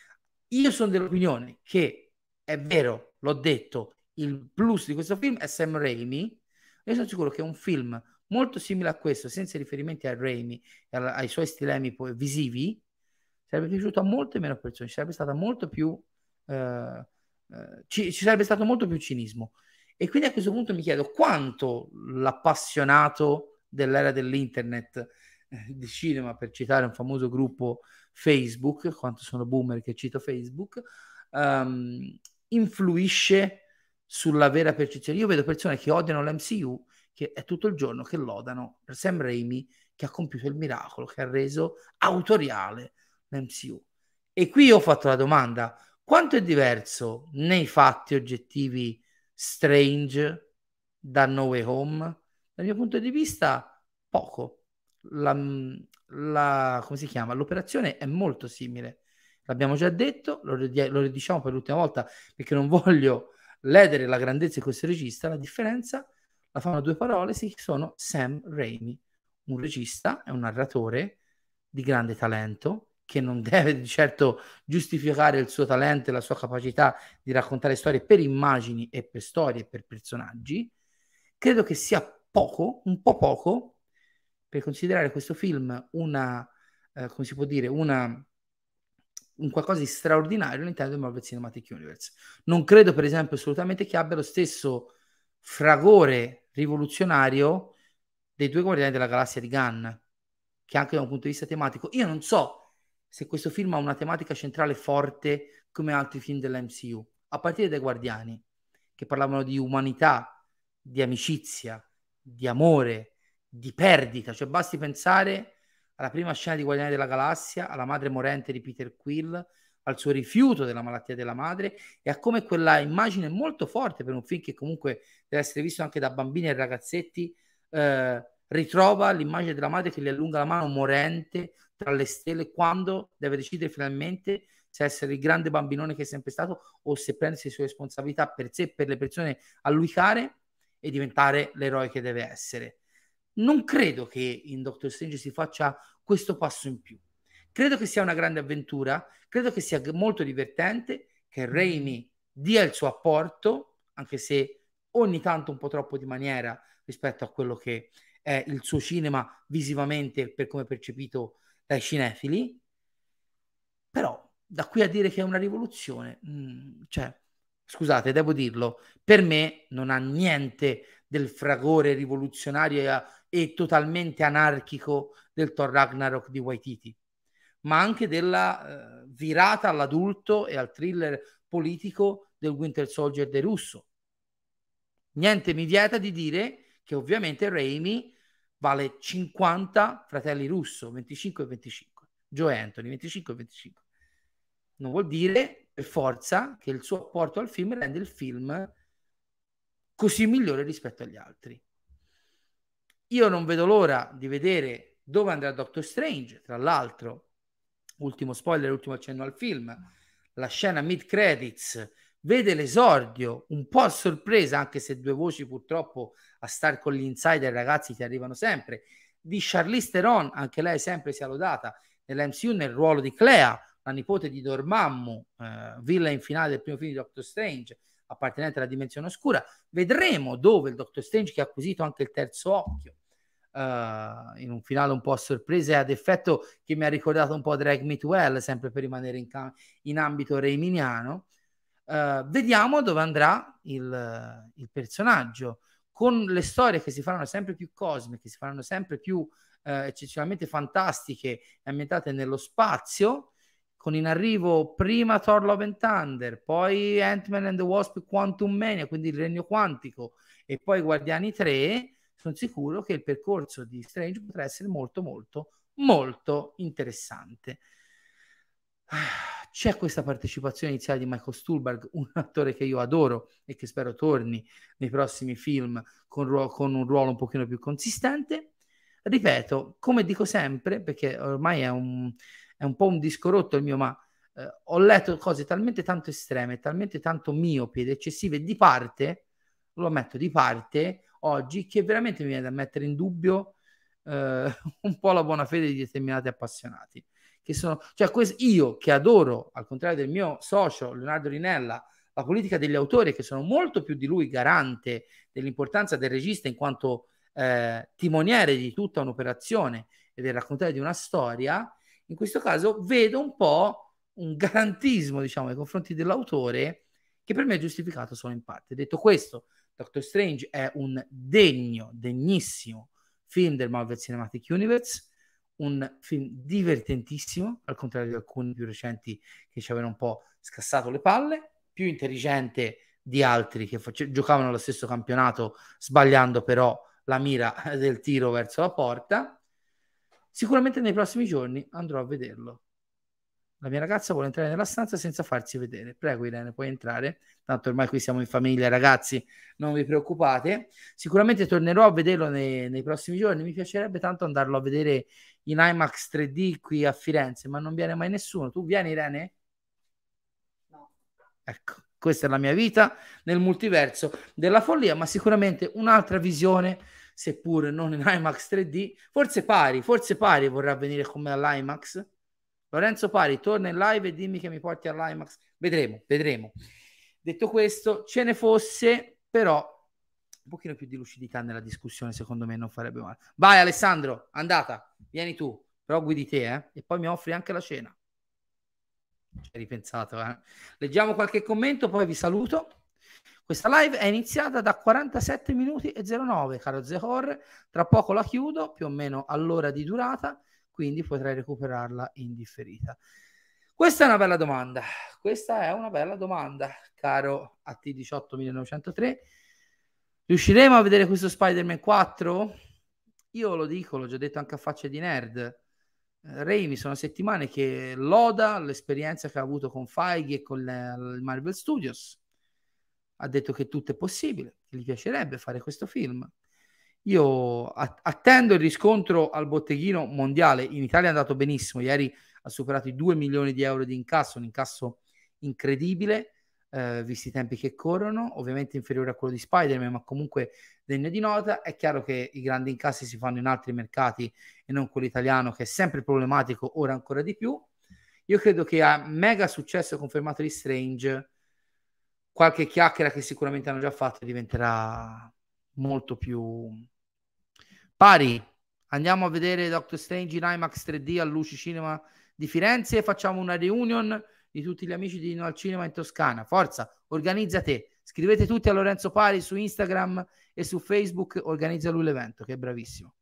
Io sono dell'opinione che è vero, l'ho detto, il plus di questo film è Sam Raimi. Io sono sicuro che un film molto simile a questo, senza riferimenti a Raimi e ai suoi stilemi visivi, sarebbe piaciuto a molte meno persone, ci sarebbe stata molto più eh, eh, ci, ci sarebbe stato molto più cinismo. E quindi a questo punto mi chiedo quanto l'appassionato dell'era dell'internet eh, di cinema, per citare un famoso gruppo Facebook, quanto sono boomer che cito Facebook, um, influisce sulla vera percezione. Io vedo persone che odiano l'M C U, che è tutto il giorno che lodano per Sam Raimi, che ha compiuto il miracolo, che ha reso autoriale l'M C U. E qui ho fatto la domanda: quanto è diverso nei fatti oggettivi Strange da No Way Home? Dal mio punto di vista, poco. La, la, come si chiama? L'operazione è molto simile. L'abbiamo già detto, lo, lo ridiciamo per l'ultima volta perché non voglio ledere la grandezza di questo regista. La differenza la fanno due parole, sì, sono Sam Raimi, un regista e un narratore di grande talento, che non deve di certo giustificare il suo talento e la sua capacità di raccontare storie per immagini e per storie e per personaggi. Credo che sia poco, un po' poco, per considerare questo film una, eh, come si può dire, una un qualcosa di straordinario all'interno del Marvel Cinematic Universe. Non credo, per esempio, assolutamente che abbia lo stesso fragore rivoluzionario dei due Guardiani della Galassia di Gunn, che anche da un punto di vista tematico, io non so se questo film ha una tematica centrale forte come altri film dell'M C U, a partire dai Guardiani, che parlavano di umanità, di amicizia, di amore, di perdita, cioè basti pensare alla prima scena di Guardiani della Galassia, alla madre morente di Peter Quill, al suo rifiuto della malattia della madre e a come quella immagine molto forte per un film che comunque deve essere visto anche da bambini e ragazzetti, eh, ritrova l'immagine della madre che gli allunga la mano morente tra le stelle quando deve decidere finalmente se essere il grande bambinone che è sempre stato o se prendersi le sue responsabilità per sé e per le persone a lui care e diventare l'eroe che deve essere. Non credo che in Doctor Strange si faccia questo passo in più. Credo che sia una grande avventura, credo che sia molto divertente, che Raimi dia il suo apporto, anche se ogni tanto un po' troppo di maniera rispetto a quello che è il suo cinema visivamente per come percepito dai cinefili, però da qui a dire che è una rivoluzione, mh, cioè, scusate, devo dirlo, per me non ha niente del fragore rivoluzionario e, e totalmente anarchico del Thor Ragnarok di Waititi, ma anche della eh, virata all'adulto e al thriller politico del Winter Soldier de Russo. Niente mi vieta di dire che ovviamente Raimi vale cinquanta fratelli Russo, venticinque e venticinque, Joe Anthony, venticinque e venticinque. Non vuol dire per forza che il suo apporto al film rende il film così migliore rispetto agli altri. Io non vedo l'ora di vedere dove andrà Doctor Strange. Tra l'altro, ultimo spoiler, ultimo accenno al film, la scena mid credits vede l'esordio un po' a sorpresa, anche se due voci purtroppo a star con gli insider ragazzi ti arrivano sempre, di Charlize Theron, anche lei sempre sia lodata nell'M C U nel ruolo di Clea, la nipote di Dormammu, eh, villain finale del primo film di Doctor Strange, appartenente alla dimensione oscura. Vedremo dove il Doctor Strange, che ha acquisito anche il terzo occhio, uh, in un finale un po' a sorpresa e ad effetto che mi ha ricordato un po' Drag Me to Hell, sempre per rimanere in, cam- in ambito reiminiano, uh, vediamo dove andrà il, il personaggio, con le storie che si faranno sempre più cosmiche, che si faranno sempre più uh, eccezionalmente fantastiche e ambientate nello spazio, con in arrivo prima Thor Love and Thunder, poi Ant-Man and the Wasp Quantum Mania, quindi il regno quantico, e poi Guardiani tre, sono sicuro che il percorso di Strange potrà essere molto molto molto interessante. C'è questa partecipazione iniziale di Michael Stuhlbarg, un attore che io adoro e che spero torni nei prossimi film con, ruolo, con un ruolo un pochino più consistente. ripeto, come dico sempre, perché ormai è un, è un po' un disco rotto il mio, ma eh, ho letto cose talmente tanto estreme, talmente tanto miopi ed eccessive di parte, lo ammetto di parte, oggi, che veramente mi viene da mettere in dubbio eh, un po' la buona fede di determinati appassionati. Che sono, cioè, questo, io che adoro, al contrario del mio socio Leonardo Rinella, la politica degli autori, che sono molto più di lui garante dell'importanza del regista in quanto eh, timoniere di tutta un'operazione e del raccontare di una storia, in questo caso vedo un po' un garantismo, diciamo, nei confronti dell'autore che per me è giustificato solo in parte. Detto questo, Doctor Strange è un degno, degnissimo film del Marvel Cinematic Universe, un film divertentissimo, al contrario di alcuni più recenti che ci avevano un po' scassato le palle, più intelligente di altri che face- giocavano allo stesso campionato, sbagliando però la mira del tiro verso la porta. Sicuramente nei prossimi giorni andrò a vederlo. La mia ragazza vuole entrare nella stanza senza farsi vedere. Prego Irene, puoi entrare. Tanto ormai qui siamo in famiglia, ragazzi, non vi preoccupate. Sicuramente tornerò a vederlo nei, nei prossimi giorni. Mi piacerebbe tanto andarlo a vedere in IMAX tre D qui a Firenze, ma non viene mai nessuno. Tu vieni, Irene? No. Ecco, questa è la mia vita nel multiverso della follia, ma sicuramente un'altra visione, seppur non in IMAX tre D. Forse Pari, forse Pari vorrà venire con me all'IMAX. Lorenzo Pari, torna in live e dimmi che mi porti all'IMAX. Vedremo, vedremo. Detto questo, ce ne fosse, però un pochino più di lucidità nella discussione, secondo me non farebbe male. Vai Alessandro, andata, vieni tu, però guidi te, eh? E poi mi offri anche la cena. Ci hai ripensato, eh? Leggiamo qualche commento, poi vi saluto. Questa live è iniziata da quarantasette minuti e zero nove, caro Zehor. Tra poco la chiudo, più o meno all'ora di durata, quindi potrai recuperarla in differita. Questa è una bella domanda. Questa è una bella domanda, caro A T diciotto millenovecentotre. Riusciremo a vedere questo Spider-Man quattro? Io lo dico, l'ho già detto anche a faccia di nerd. Eh, Raimi sono settimane che loda l'esperienza che ha avuto con Feige e con le, il Marvel Studios. Ha detto che tutto è possibile, che gli piacerebbe fare questo film. Io attendo il riscontro al botteghino mondiale. In Italia è andato benissimo, ieri ha superato i due milioni di euro di incasso, un incasso incredibile, eh, visti i tempi che corrono, ovviamente inferiore a quello di Spider-Man, ma comunque degno di nota. È chiaro che i grandi incassi si fanno in altri mercati e non quello italiano, che è sempre problematico, ora ancora di più. Io credo che a mega successo confermato di Strange, qualche chiacchiera che sicuramente hanno già fatto diventerà molto più pari. Andiamo a vedere Doctor Strange in IMAX tre D al Luci Cinema di Firenze e facciamo una reunion di tutti gli amici di No al Cinema in Toscana. Forza, organizza te. Scrivete tutti a Lorenzo Pari su Instagram e su Facebook, organizza lui l'evento, che è bravissimo.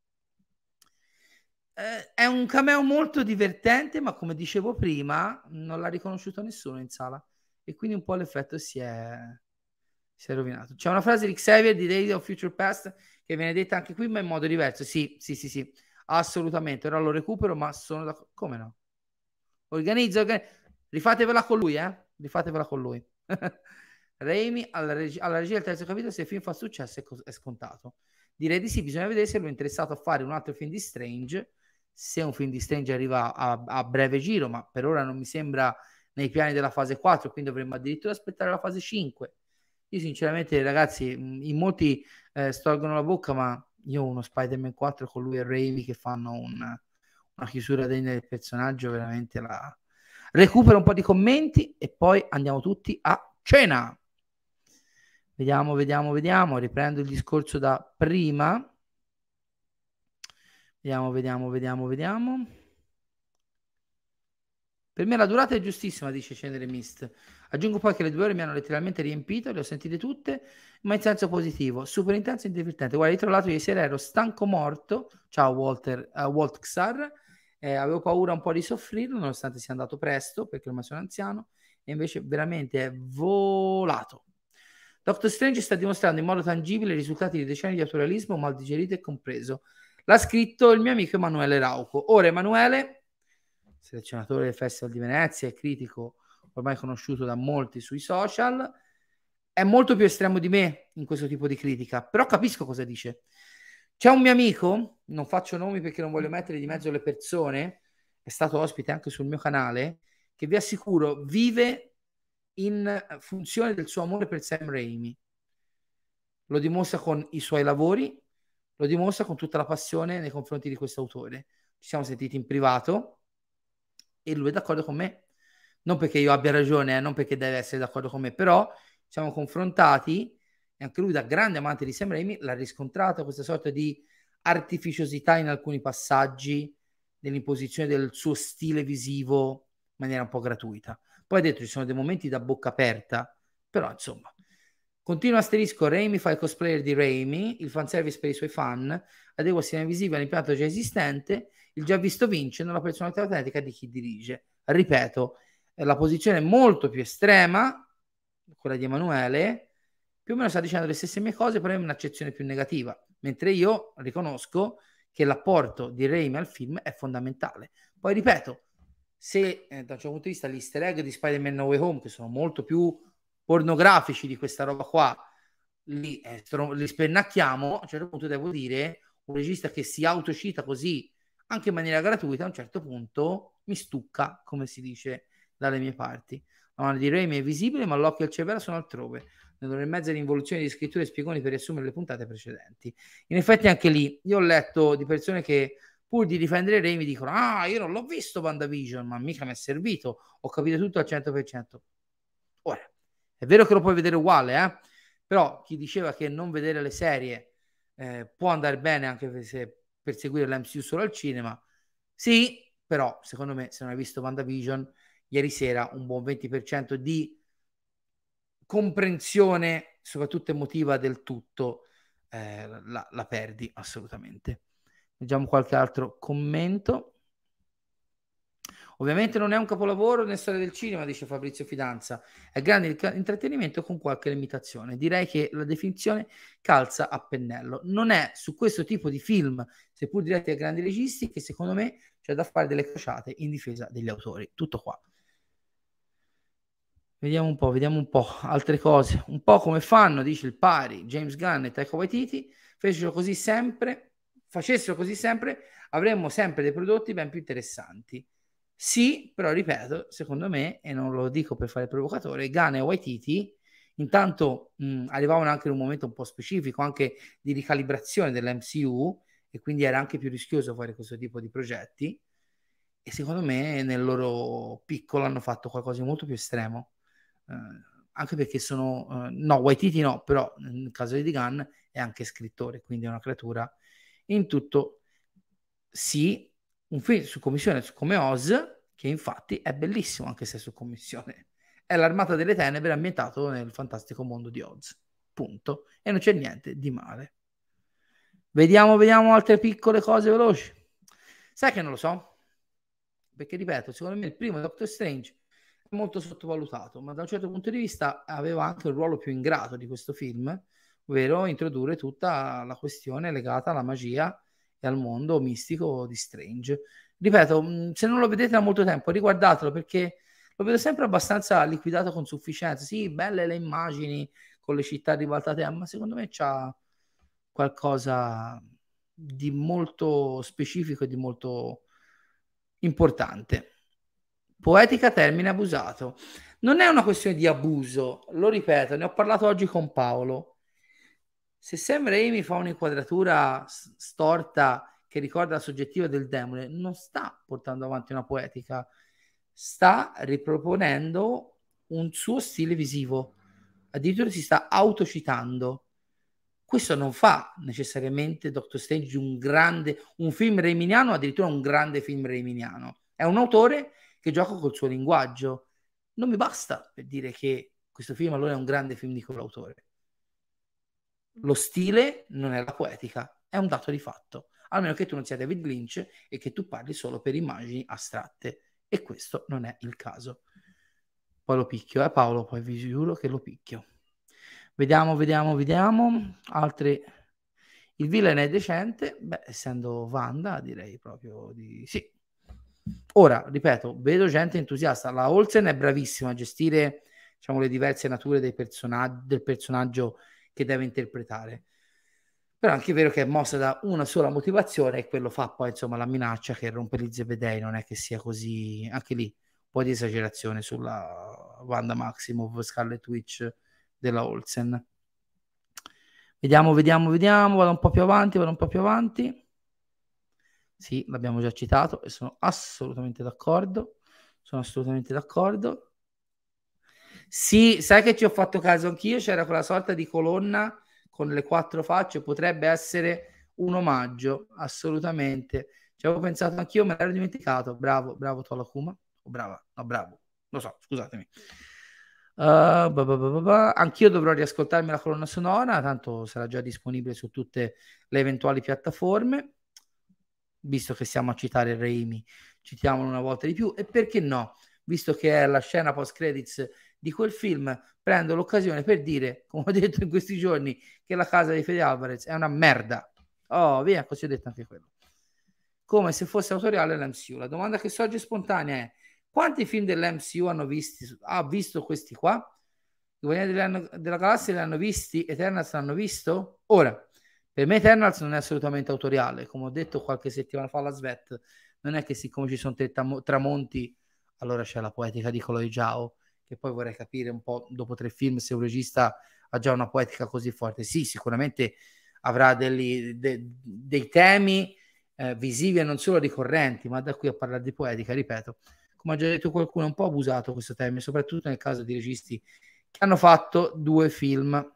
Eh, è un cameo molto divertente, ma come dicevo prima, non l'ha riconosciuto nessuno in sala e quindi un po' l'effetto si è, si è rovinato. C'è una frase di Xavier di Days of Future Past che viene detta anche qui, ma in modo diverso. Sì, sì, sì, sì, assolutamente. Ora lo recupero, ma sono da... Come no? Organizza, organizza. Rifatevela con lui, eh? Rifatevela con lui. Raimi alla, reg- alla regia del terzo capitolo, se il film fa successo è, co- è scontato. Direi di sì, bisogna vedere se lui è interessato a fare un altro film di Strange, se un film di Strange arriva a, a breve giro, ma per ora non mi sembra nei piani della fase quattro, quindi dovremmo addirittura aspettare la fase cinque. Io sinceramente, ragazzi, in molti eh, storgono la bocca, ma io uno Spider-Man quattro con lui e Raimi che fanno un, una chiusura degna del personaggio, veramente la... Recupero un po' di commenti e poi andiamo tutti a cena. Vediamo, vediamo, vediamo. Riprendo il discorso da prima. Vediamo, vediamo, vediamo, vediamo. Per me la durata è giustissima, dice Cenere Mist. Aggiungo poi che le due ore mi hanno letteralmente riempito, le ho sentite tutte, ma in senso positivo. Super intenso e divertente. Guarda, io tra l'altro ieri sera ero stanco morto. Ciao Walter, uh, Walt Xar. Eh, avevo paura un po' di soffrirlo, nonostante sia andato presto, perché ormai sono anziano, e invece veramente è volato. Doctor Strange sta dimostrando in modo tangibile i risultati di decenni di autorialismo mal digerito e compreso. L'ha scritto il mio amico Emanuele Rauco. Ora Emanuele, selezionatore del Festival di Venezia e critico ormai conosciuto da molti sui social, è molto più estremo di me in questo tipo di critica, però capisco cosa dice. C'è un mio amico, non faccio nomi perché non voglio mettere di mezzo le persone, è stato ospite anche sul mio canale, che vi assicuro vive in funzione del suo amore per Sam Raimi. Lo dimostra con i suoi lavori, lo dimostra con tutta la passione nei confronti di questo autore. Ci siamo sentiti in privato e lui è d'accordo con me. Non perché io abbia ragione, eh, non perché deve essere d'accordo con me, però ci siamo confrontati e anche lui, da grande amante di Sam Raimi, l'ha riscontrato questa sorta di artificiosità in alcuni passaggi, nell'imposizione del suo stile visivo in maniera un po' gratuita. Poi ha detto ci sono dei momenti da bocca aperta, però insomma. Continua asterisco, Raimi fa il cosplayer di Raimi, il fanservice per i suoi fan, adegua cinema visivo all'impianto già esistente, il già visto vince, non la personalità autentica di chi dirige. Ripeto, la posizione è molto più estrema, quella di Emanuele, più o meno sta dicendo le stesse mie cose, però in un'accezione più negativa, mentre io riconosco che l'apporto di Raimi al film è fondamentale. Poi ripeto, se eh, da un certo punto di vista gli easter egg di Spider-Man No Way Home, che sono molto più pornografici di questa roba qua, li, eh, li spennacchiamo, a un certo punto devo dire, un regista che si autocita così, anche in maniera gratuita, a un certo punto mi stucca, come si dice dalle mie parti. La mano di Raimi è visibile, ma l'occhio e il cervello sono altrove. Nell'ora e mezza di involuzione di scritture e spiegoni per riassumere le puntate precedenti. In effetti anche lì, io ho letto di persone che pur di difendere Raimi dicono ah, io non l'ho visto WandaVision, ma mica mi è servito, ho capito tutto al cento per cento. Ora, è vero che lo puoi vedere uguale, eh? Però chi diceva che non vedere le serie eh, può andare bene anche se per seguire l'M C U solo al cinema, sì, però secondo me se non hai visto WandaVision, ieri sera un buon venti per cento di comprensione, soprattutto emotiva del tutto, eh, la, la perdi assolutamente. Leggiamo qualche altro commento. Ovviamente non è un capolavoro nella storia del cinema, dice Fabrizio Fidanza, è grande intrattenimento con qualche limitazione. Direi che la definizione calza a pennello. Non è su questo tipo di film, seppur diretti a grandi registi, che secondo me c'è da fare delle crociate in difesa degli autori. Tutto qua. Vediamo un po', vediamo un po' altre cose. Un po' come fanno, dice il pari, James Gunn e Taika Waititi, fecero così sempre, facessero così sempre, avremmo sempre dei prodotti ben più interessanti. Sì, però ripeto, secondo me, e non lo dico per fare il provocatore, Gunn e Waititi intanto mh, arrivavano anche in un momento un po' specifico, anche di ricalibrazione dell'M C U, e quindi era anche più rischioso fare questo tipo di progetti, e secondo me nel loro piccolo hanno fatto qualcosa di molto più estremo. Uh, anche perché sono uh, no, Waititi no, però nel caso di Gunn è anche scrittore, quindi è una creatura in tutto. Sì, un film su commissione come Oz, che infatti è bellissimo anche se è su commissione, è l'Armata delle Tenebre ambientato nel fantastico mondo di Oz, punto, e non c'è niente di male. Vediamo, vediamo altre piccole cose veloci. Sai che non lo so, perché ripeto, secondo me il primo Doctor Strange molto sottovalutato, ma da un certo punto di vista aveva anche un ruolo più ingrato di questo film, ovvero introdurre tutta la questione legata alla magia e al mondo mistico di Strange. Ripeto, se non lo vedete da molto tempo, riguardatelo, perché lo vedo sempre abbastanza liquidato con sufficienza. Sì, belle le immagini con le città ribaltate, ma secondo me c'ha qualcosa di molto specifico e di molto importante. Poetica, termine abusato. Non è una questione di abuso, lo ripeto, ne ho parlato oggi con Paolo. Se Sam Raimi fa un'inquadratura s- storta che ricorda la soggettiva del demone, non sta portando avanti una poetica, sta riproponendo un suo stile visivo. Addirittura si sta autocitando. Questo non fa necessariamente Doctor Strange un grande, un film raiminiano, addirittura un grande film raiminiano. È un autore che gioca col suo linguaggio. Non mi basta per dire che questo film allora è un grande film di quell'autore. Lo stile non è la poetica, è un dato di fatto, almeno che tu non sia David Lynch e che tu parli solo per immagini astratte, e questo non è il caso. Poi lo picchio, eh Paolo, poi vi giuro che lo picchio. Vediamo, vediamo, vediamo. Altri. Il villain è decente, beh, essendo Wanda, direi proprio di sì. Ora, ripeto, vedo gente entusiasta. La Olsen è bravissima a gestire, diciamo, le diverse nature dei personaggi, del personaggio che deve interpretare. Però è anche vero che è mossa da una sola motivazione e quello fa poi insomma la minaccia che rompe gli zebedei, non è che sia così, anche lì un po' di esagerazione sulla Wanda Maximoff, Scarlet Witch della Olsen. Vediamo, vediamo, vediamo, vado un po' più avanti, vado un po' più avanti. Sì, l'abbiamo già citato e sono assolutamente d'accordo, sono assolutamente d'accordo. Sì, sai che ci ho fatto caso anch'io, c'era quella sorta di colonna con le quattro facce, potrebbe essere un omaggio, assolutamente. Ci avevo pensato anch'io, me l'ero dimenticato. Bravo, bravo Tolakuma. Oh, brava, no, bravo. Lo so, scusatemi. Uh, bah bah bah bah. Anch'io dovrò riascoltarmi la colonna sonora, tanto sarà già disponibile su tutte le eventuali piattaforme. Visto che siamo a citare Raimi, citiamolo una volta di più. E perché no? Visto che è la scena post-credits di quel film, prendo l'occasione per dire, come ho detto in questi giorni, che La casa di Fede Alvarez è una merda. Oh, via, così ho detto anche quello. Come se fosse autoriale l'M C U. La domanda che sorge spontanea è: quanti film dell'M C U hanno visti? Ha visto questi qua? I Guardiani della Galassia li hanno visti? Eternals l'hanno visto? Ora, per me Eternals non è assolutamente autoriale, come ho detto qualche settimana fa alla Svet, non è che siccome ci sono tre tam- tramonti, allora c'è la poetica di Chloe Zhao, che poi vorrei capire un po' dopo tre film se un regista ha già una poetica così forte. Sì, sicuramente avrà degli, de, dei temi eh, visivi e non solo ricorrenti, ma da qui a parlare di poetica, ripeto, come ha già detto qualcuno, è un po' abusato questo termine, soprattutto nel caso di registi che hanno fatto due film.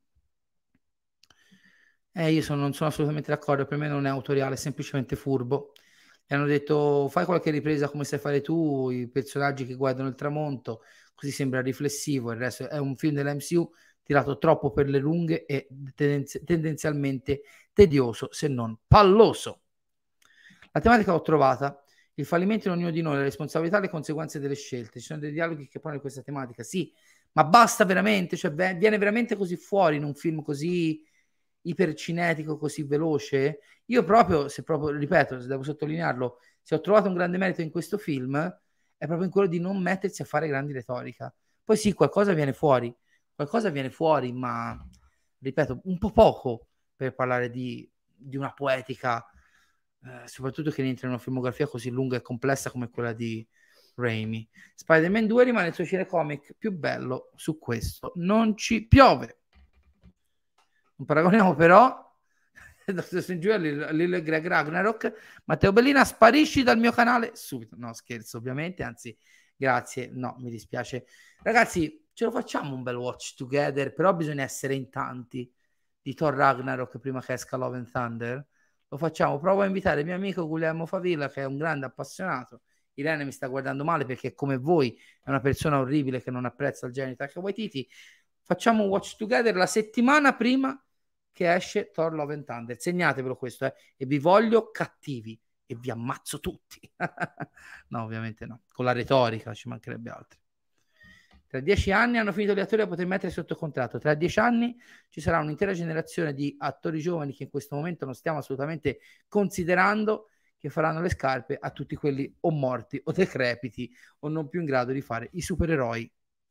Eh, io sono, non sono assolutamente d'accordo, per me non è autoriale, è semplicemente furbo. E hanno detto fai qualche ripresa come sai fare tu, i personaggi che guardano il tramonto, così sembra riflessivo, il resto è un film dell'M C U tirato troppo per le lunghe e tendenzi- tendenzialmente tedioso, se non palloso. La tematica l'ho trovata, il fallimento in ognuno di noi, la responsabilità e le conseguenze delle scelte. Ci sono dei dialoghi che parlano di questa tematica, sì, ma basta veramente, cioè viene veramente così fuori in un film così ipercinetico, così veloce. Io proprio, se proprio, ripeto, se devo sottolinearlo, se ho trovato un grande merito in questo film, è proprio in quello di non mettersi a fare grandi retorica. Poi sì, qualcosa viene fuori, qualcosa viene fuori, ma, ripeto, un po' poco per parlare di, di una poetica, eh, soprattutto che rientra in una filmografia così lunga e complessa come quella di Raimi. Spider-Man due rimane il suo cinecomic più bello, su questo non ci piove. Non paragoniamo però Doctor Strange a Lillo e Greg Ragnarok. Matteo Bellina, sparisci dal mio canale subito. No, scherzo, ovviamente, anzi, grazie. No, mi dispiace. Ragazzi, ce lo facciamo un bel watch together, però bisogna essere in tanti di Thor Ragnarok prima che esca Love and Thunder. Lo facciamo. Provo a invitare il mio amico Guglielmo Favilla, che è un grande appassionato. Irene mi sta guardando male perché, come voi, è una persona orribile che non apprezza il genere di Taika Waititi. Facciamo un watch together la settimana prima che esce Thor Love and Thunder. Segnatevelo questo, eh, e vi voglio cattivi e vi ammazzo tutti. No, ovviamente no, con la retorica ci mancherebbe altro. Tra dieci anni hanno finito gli attori a poter mettere sotto contratto. Tra dieci anni ci sarà un'intera generazione di attori giovani che in questo momento non stiamo assolutamente considerando, che faranno le scarpe a tutti quelli o morti o decrepiti o non più in grado di fare i supereroi.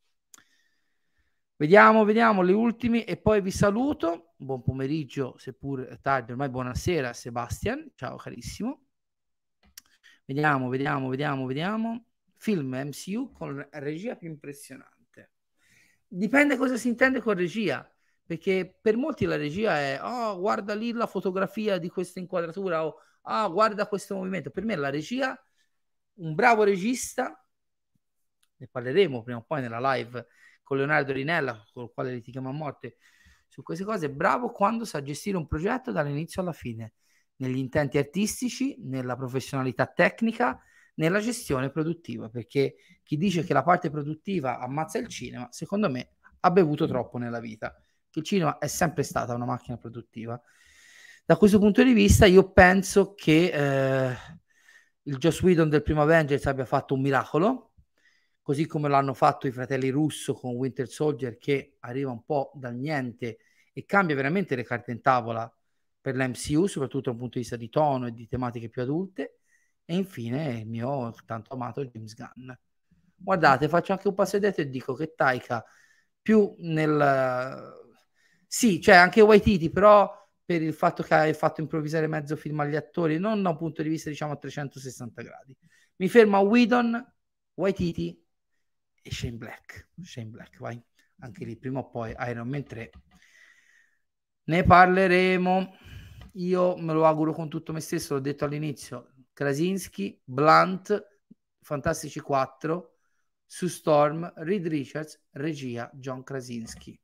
Vediamo, vediamo le ultime e poi vi saluto. Buon pomeriggio, seppur tardi, ormai buonasera Sebastian. Ciao carissimo. Vediamo, vediamo, vediamo, vediamo. Film M C U con regia più impressionante. Dipende cosa si intende con regia, perché per molti la regia è oh, guarda lì la fotografia di questa inquadratura o ah, oh, guarda questo movimento. Per me la regia, un bravo regista, ne parleremo prima o poi nella live con Leonardo Rinella, con il quale litighiamo a morte su queste cose, è bravo quando sa gestire un progetto dall'inizio alla fine, negli intenti artistici, nella professionalità tecnica, nella gestione produttiva, perché chi dice che la parte produttiva ammazza il cinema, secondo me ha bevuto troppo nella vita, che il cinema è sempre stata una macchina produttiva. Da questo punto di vista io penso che eh, il Joss Whedon del primo Avengers abbia fatto un miracolo, così come l'hanno fatto i fratelli Russo con Winter Soldier, che arriva un po' dal niente e cambia veramente le carte in tavola per l'M C U, soprattutto dal punto di vista di tono e di tematiche più adulte. E infine il mio tanto amato James Gunn. Guardate, faccio anche un passo indietro e dico che Taika più nel... Sì, cioè anche Waititi, però per il fatto che hai fatto improvvisare mezzo film agli attori, non da un punto di vista diciamo a trecentosessanta gradi. Mi fermo a Whedon, Waititi e Shane Black. Shane Black, vai. Anche lì, prima o poi, Iron Man tre. Ne parleremo. Io me lo auguro con tutto me stesso, l'ho detto all'inizio. Krasinski, Blunt, Fantastici quattro, Sue Storm, Reed Richards, regia John Krasinski.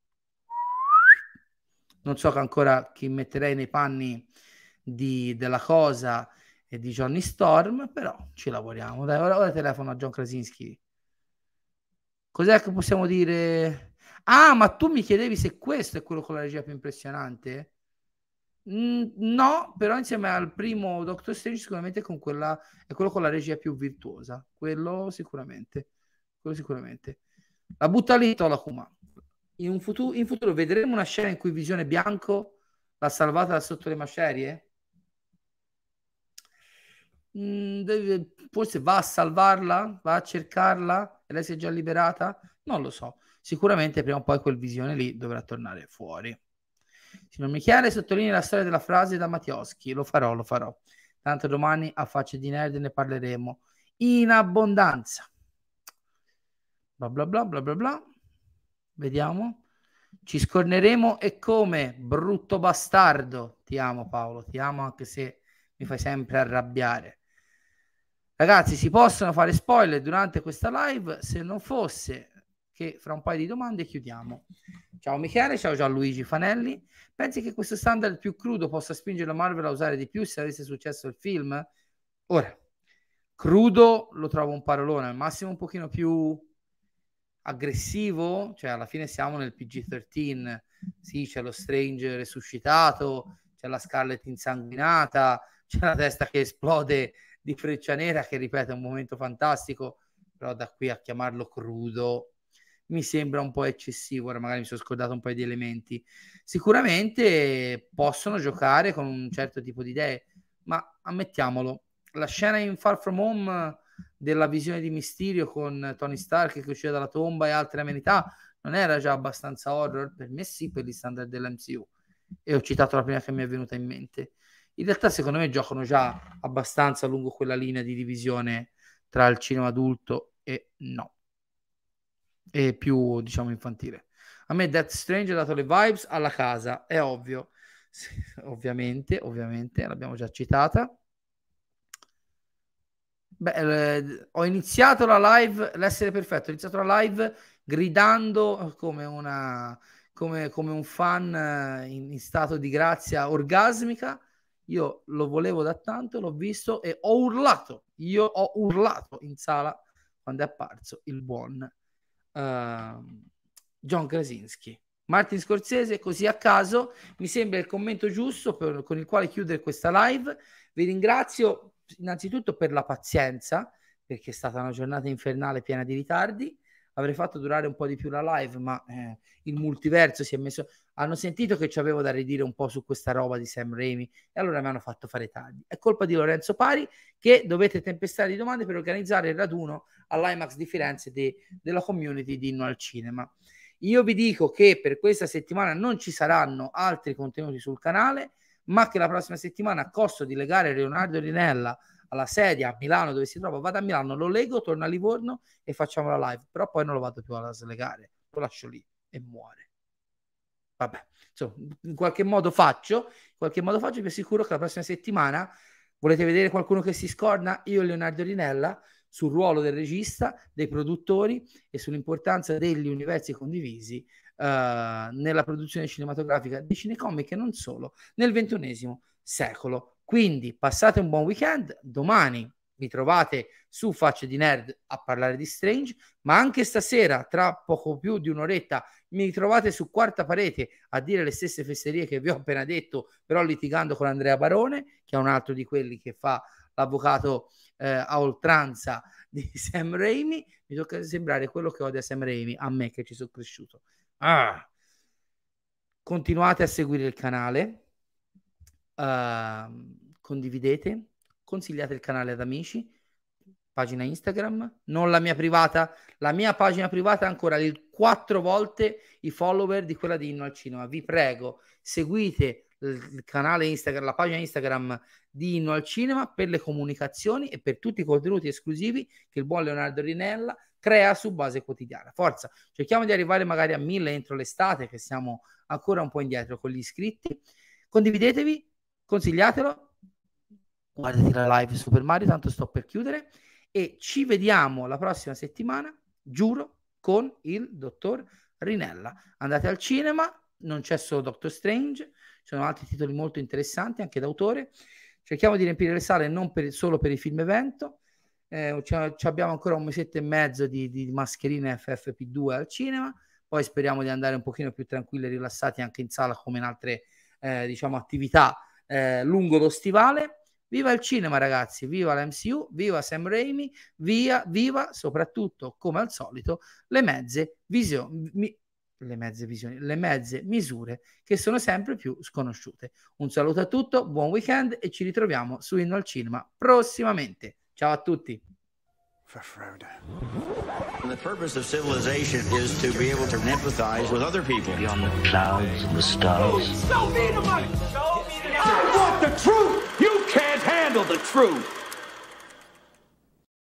Non so che ancora chi metterei nei panni di, della Cosa e di Johnny Storm, però ci lavoriamo. Dai, ora, ora telefono a John Krasinski. Cos'è che possiamo dire? Ah, ma tu mi chiedevi se questo è quello con la regia più impressionante? Mm, no, però insieme al primo Doctor Strange sicuramente con quella, è quello con la regia più virtuosa. Quello sicuramente. Quello sicuramente. La butta lì, la Kuma. In, un futuro, in futuro vedremo una scena in cui Visione Bianco l'ha salvata da sotto le macerie? Mm, deve, forse va a salvarla? Va a cercarla? E lei si è già liberata? Non lo so. Sicuramente prima o poi quel Visione lì dovrà tornare fuori. Signor Michele, sottolinea la storia della frase da Mattioschi. Lo farò, lo farò. Tanto domani a Facce di Nerd ne parleremo in abbondanza. Bla bla bla bla bla bla. Vediamo. Ci scorneremo e come, brutto bastardo. Ti amo Paolo, ti amo anche se mi fai sempre arrabbiare. Ragazzi, si possono fare spoiler durante questa live? Se non fosse che fra un paio di domande chiudiamo. Ciao Michele, ciao Gianluigi Fanelli. Pensi che questo standard più crudo possa spingere la Marvel a usare di più se avesse successo il film? Ora, crudo lo trovo un parolone, al massimo un pochino più aggressivo, cioè alla fine siamo nel P G tredici, sì, c'è lo Strange resuscitato, c'è la Scarlet insanguinata, c'è la testa che esplode di Freccia Nera, che ripeto è un momento fantastico, però da qui a chiamarlo crudo mi sembra un po' eccessivo. Ora magari mi sono scordato un paio di elementi. Sicuramente possono giocare con un certo tipo di idee, ma ammettiamolo, la scena in Far From Home della visione di Mysterio con Tony Stark che usciva dalla tomba e altre amenità non era già abbastanza horror? Per me sì, per gli standard dell'M C U, e ho citato la prima che mi è venuta in mente. In realtà secondo me giocano già abbastanza lungo quella linea di divisione tra il cinema adulto e no, e più diciamo infantile. A me Death Strange ha dato le vibes alla casa, è ovvio. Sì, ovviamente, ovviamente l'abbiamo già citata. Beh, eh, ho iniziato la live, l'essere perfetto, ho iniziato la live gridando come, una, come, come un fan eh, in, in stato di grazia orgasmica. Io lo volevo da tanto, l'ho visto e ho urlato. Io ho urlato in sala quando è apparso il buon uh, John Krasinski. Martin Scorsese, così a caso, mi sembra il commento giusto per, con il quale chiudere questa live. Vi ringrazio innanzitutto per la pazienza, perché è stata una giornata infernale piena di ritardi. Avrei fatto durare un po' di più la live, ma eh, il multiverso si è messo... Hanno sentito che ci avevo da ridire un po' su questa roba di Sam Raimi e allora mi hanno fatto fare tardi. È colpa di Lorenzo Pari, che dovete tempestare di domande per organizzare il raduno all'IMAX di Firenze de, della community di Inno al Cinema. Io vi dico che per questa settimana non ci saranno altri contenuti sul canale, ma che la prossima settimana, a costo di legare Leonardo Rinella alla sedia a Milano dove si trova, vado a Milano, lo lego, torno a Livorno e facciamo la live, però poi non lo vado più a slegare, lo lascio lì e muore. Vabbè, insomma, in qualche modo faccio, in qualche modo faccio, vi assicuro che la prossima settimana volete vedere qualcuno che si scorna? Io e Leonardo Rinella sul ruolo del regista, dei produttori e sull'importanza degli universi condivisi uh, nella produzione cinematografica di cinecomic e non solo nel ventunesimo secolo. Quindi passate un buon weekend. Domani mi trovate su Facce di Nerd a parlare di Strange, ma anche stasera, tra poco più di un'oretta, mi trovate su Quarta Parete a dire le stesse fesserie che vi ho appena detto, però litigando con Andrea Barone, che è un altro di quelli che fa l'avvocato eh, a oltranza di Sam Raimi. Mi tocca sembrare quello che odia Sam Raimi, a me che ci sono cresciuto. Ah. Continuate a seguire il canale, uh, condividete, consigliate il canale ad amici, pagina Instagram, non la mia privata, la mia pagina privata ha ancora il quattro volte i follower di quella di Inno al Cinema. Vi prego, seguite il canale Instagram, la pagina Instagram di Inno al Cinema per le comunicazioni e per tutti i contenuti esclusivi che il buon Leonardo Rinella crea su base quotidiana. Forza, cerchiamo di arrivare magari a mille entro l'estate, che siamo ancora un po' indietro con gli iscritti. Condividetevi, consigliatelo, guardati la live Super Mario, tanto sto per chiudere, e ci vediamo la prossima settimana, giuro, con il dottor Rinella. Andate al cinema, non c'è solo Doctor Strange, ci sono altri titoli molto interessanti anche d'autore. Cerchiamo di riempire le sale non per, solo per i film evento. Eh, ci abbiamo ancora un mesetto e mezzo di, di mascherine F F P due al cinema, poi speriamo di andare un pochino più tranquilli e rilassati anche in sala come in altre eh, diciamo attività eh, lungo lo stivale. Viva il cinema, ragazzi, viva la M C U, viva Sam Raimi, via, viva soprattutto, come al solito, le mezze visioni, mi, le mezze visioni, le mezze misure che sono sempre più sconosciute. Un saluto a tutti, buon weekend e ci ritroviamo su Inno al Cinema prossimamente. Ciao a tutti. For Frodo. The purpose of civilization is to be able to empathize with other people beyond the clouds and the stars. Show me the money! Show me the money! I want the truth! You can't handle the truth!